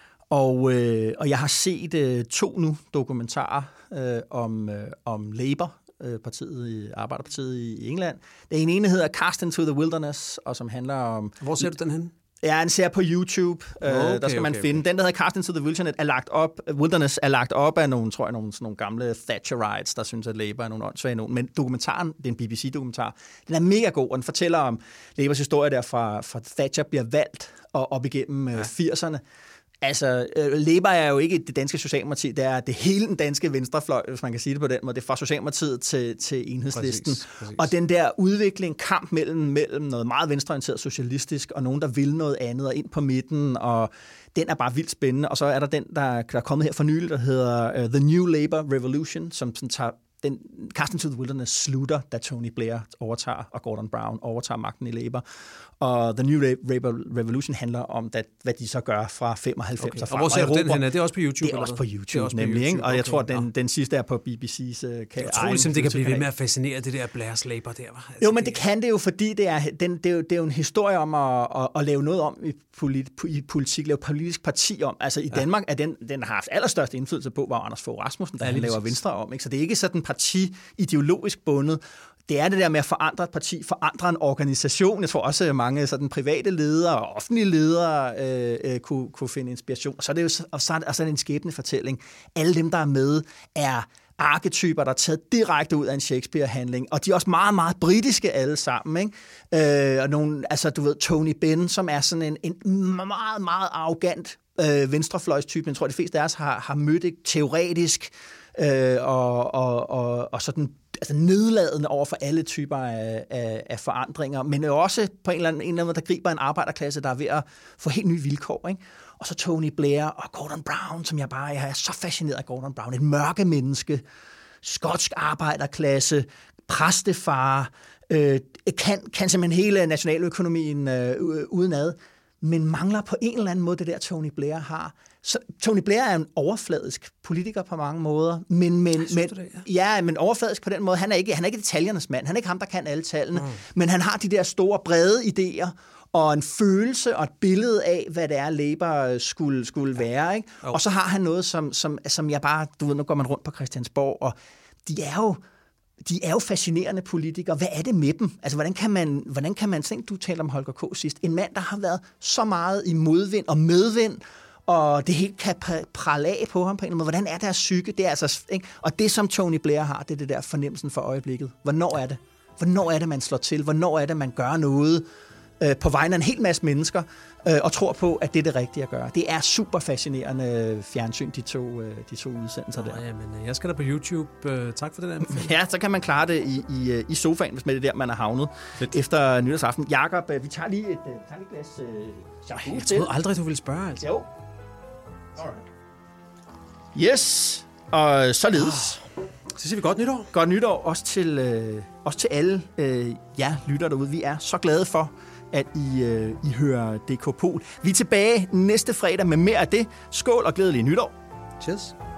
Og, øh, og jeg har set øh, to nu dokumentarer øh, om, øh, om Labour, øh, partiet i, Arbejderpartiet i England. Den ene hedder Cast into the Wilderness, og som handler om... Hvor ser du den hen? Ja, den ser på YouTube. Okay, øh, der skal man okay, finde. Okay. Den, der hedder Cast into the Wilderness, er lagt op, Wilderness er lagt op af nogle, tror jeg, nogle, sådan nogle gamle Thatcherites, der synes, at Labour er nogle åndssvage nogen. Men dokumentaren, det er en B B C-dokumentar, den er mega god, og den fortæller om Labours historie der fra, fra Thatcher bliver valgt og op igennem ja. firserne. Altså, Labour er jo ikke det danske Socialdemokrati, det er det hele den danske venstrefløj, hvis man kan sige det på den måde. Det er fra Socialdemokratiet til, til Enhedslisten. Præcis, præcis. Og den der udvikling, kamp mellem, mellem noget meget venstreorienteret socialistisk, og nogen, der vil noget andet, og ind på midten, og den er bare vildt spændende. Og så er der den, der, der er kommet her for nylig, der hedder uh, The New Labour Revolution, som sådan tager den Cast into the Wilderness slutter, da Tony Blair overtager, og Gordon Brown overtager magten i Labour. Og The New Labour Revolution handler om, that, hvad de så gør fra femoghalvfems okay. og frem. Og hvor ser du den hen? Er det også på YouTube? Det er også på YouTube, også på nemlig. YouTube. Ikke? Og jeg okay. tror, at den, ja. den sidste er på B B C's uh, Jeg tror ligesom, det kan blive ved med at fascinere det der Blairs Labour der. Altså, jo, men det kan det jo, fordi det er, den, det er, jo, det er jo en historie om at, at, at lave noget om i, polit, i politik, lave politisk parti om. Altså i ja. Danmark er den, den har haft allerstørst indflydelse på, var Anders Fogh Rasmussen, der ja, laver Venstre om. Ikke? Så det er ikke sådan parti ideologisk bundet. det er det der med at forandre et parti, forandre en organisation. Jeg tror også, at mange sådan private ledere og offentlige ledere øh, øh, kunne, kunne finde inspiration. Og så er det jo og så er det, og så er det en skæbnefortælling. Alle dem, der er med, er arketyper, der er taget direkte ud af en Shakespeare-handling, og de er også meget, meget britiske alle sammen, ikke? Øh, og nogle, altså du ved, Tony Benn, som er sådan en, en meget, meget arrogant øh, venstrefløjstype. Jeg tror, de fleste af os har, har mødt det teoretisk, øh, og, og, og, og sådan altså nedladende over for alle typer af, af, af forandringer, men jo også på en eller anden, en eller anden måde, der griber en arbejderklasse, der er ved at få helt nye vilkår, ikke? Og så Tony Blair og Gordon Brown, som jeg bare jeg er så fascineret af Gordon Brown. Et mørke menneske, skotsk arbejderklasse, præstefar, øh, kan, kan simpelthen hele nationaløkonomien øh, udenad, men mangler på en eller anden måde det der, Tony Blair har. Så Tony Blair er en overfladisk politiker på mange måder, men, men, men, det, ja. Ja, men overfladisk på den måde. Han er ikke, han er ikke detaljernes mand. Han er ikke ham, der kan alle tallene, mm. men han har de der store, brede idéer, og en følelse og et billede af, hvad det er, Labour skulle, skulle være. Ikke? Og så har han noget, som, som, som jeg bare... Du ved, nu går man rundt på Christiansborg, og de er jo, de er jo fascinerende politikere. Hvad er det med dem? Altså, hvordan kan man... Hvordan kan man tænke, du talte om Holger K. sidst. En mand, der har været så meget i modvind og medvind, og det helt kan prale af på ham på en eller anden måde. Hvordan er deres psyke? Det er altså, ikke? Og det, som Tony Blair har, det er det der fornemmelsen for øjeblikket. Hvornår er det? Hvornår er det, man slår til? Hvornår er det, man gør noget på vegne af en hel masse mennesker, øh, og tror på, at det er det rigtige at gøre. Det er super fascinerende fjernsyn, de to, øh, de to udsendelser Nå, der. Jamen, jeg skal da på YouTube. Uh, tak for det der. Ja, så kan man klare det i, i, i sofaen, hvis det er der, man er havnet Fedt. Efter nytårsaften. Jakob, vi tager lige et, tager lige et glas øh, shampoo. Jeg troede aldrig, du ville spørge, altså. Jo. Alright. Yes, og således. Oh. Så siger vi godt nytår. Godt nytår, også til, øh, også til alle øh, jer lytter derude. Vi er så glade for, at I, øh, I hører D K Pol. Vi er tilbage næste fredag med mere af det. Skål og glædelig nytår. Cheers.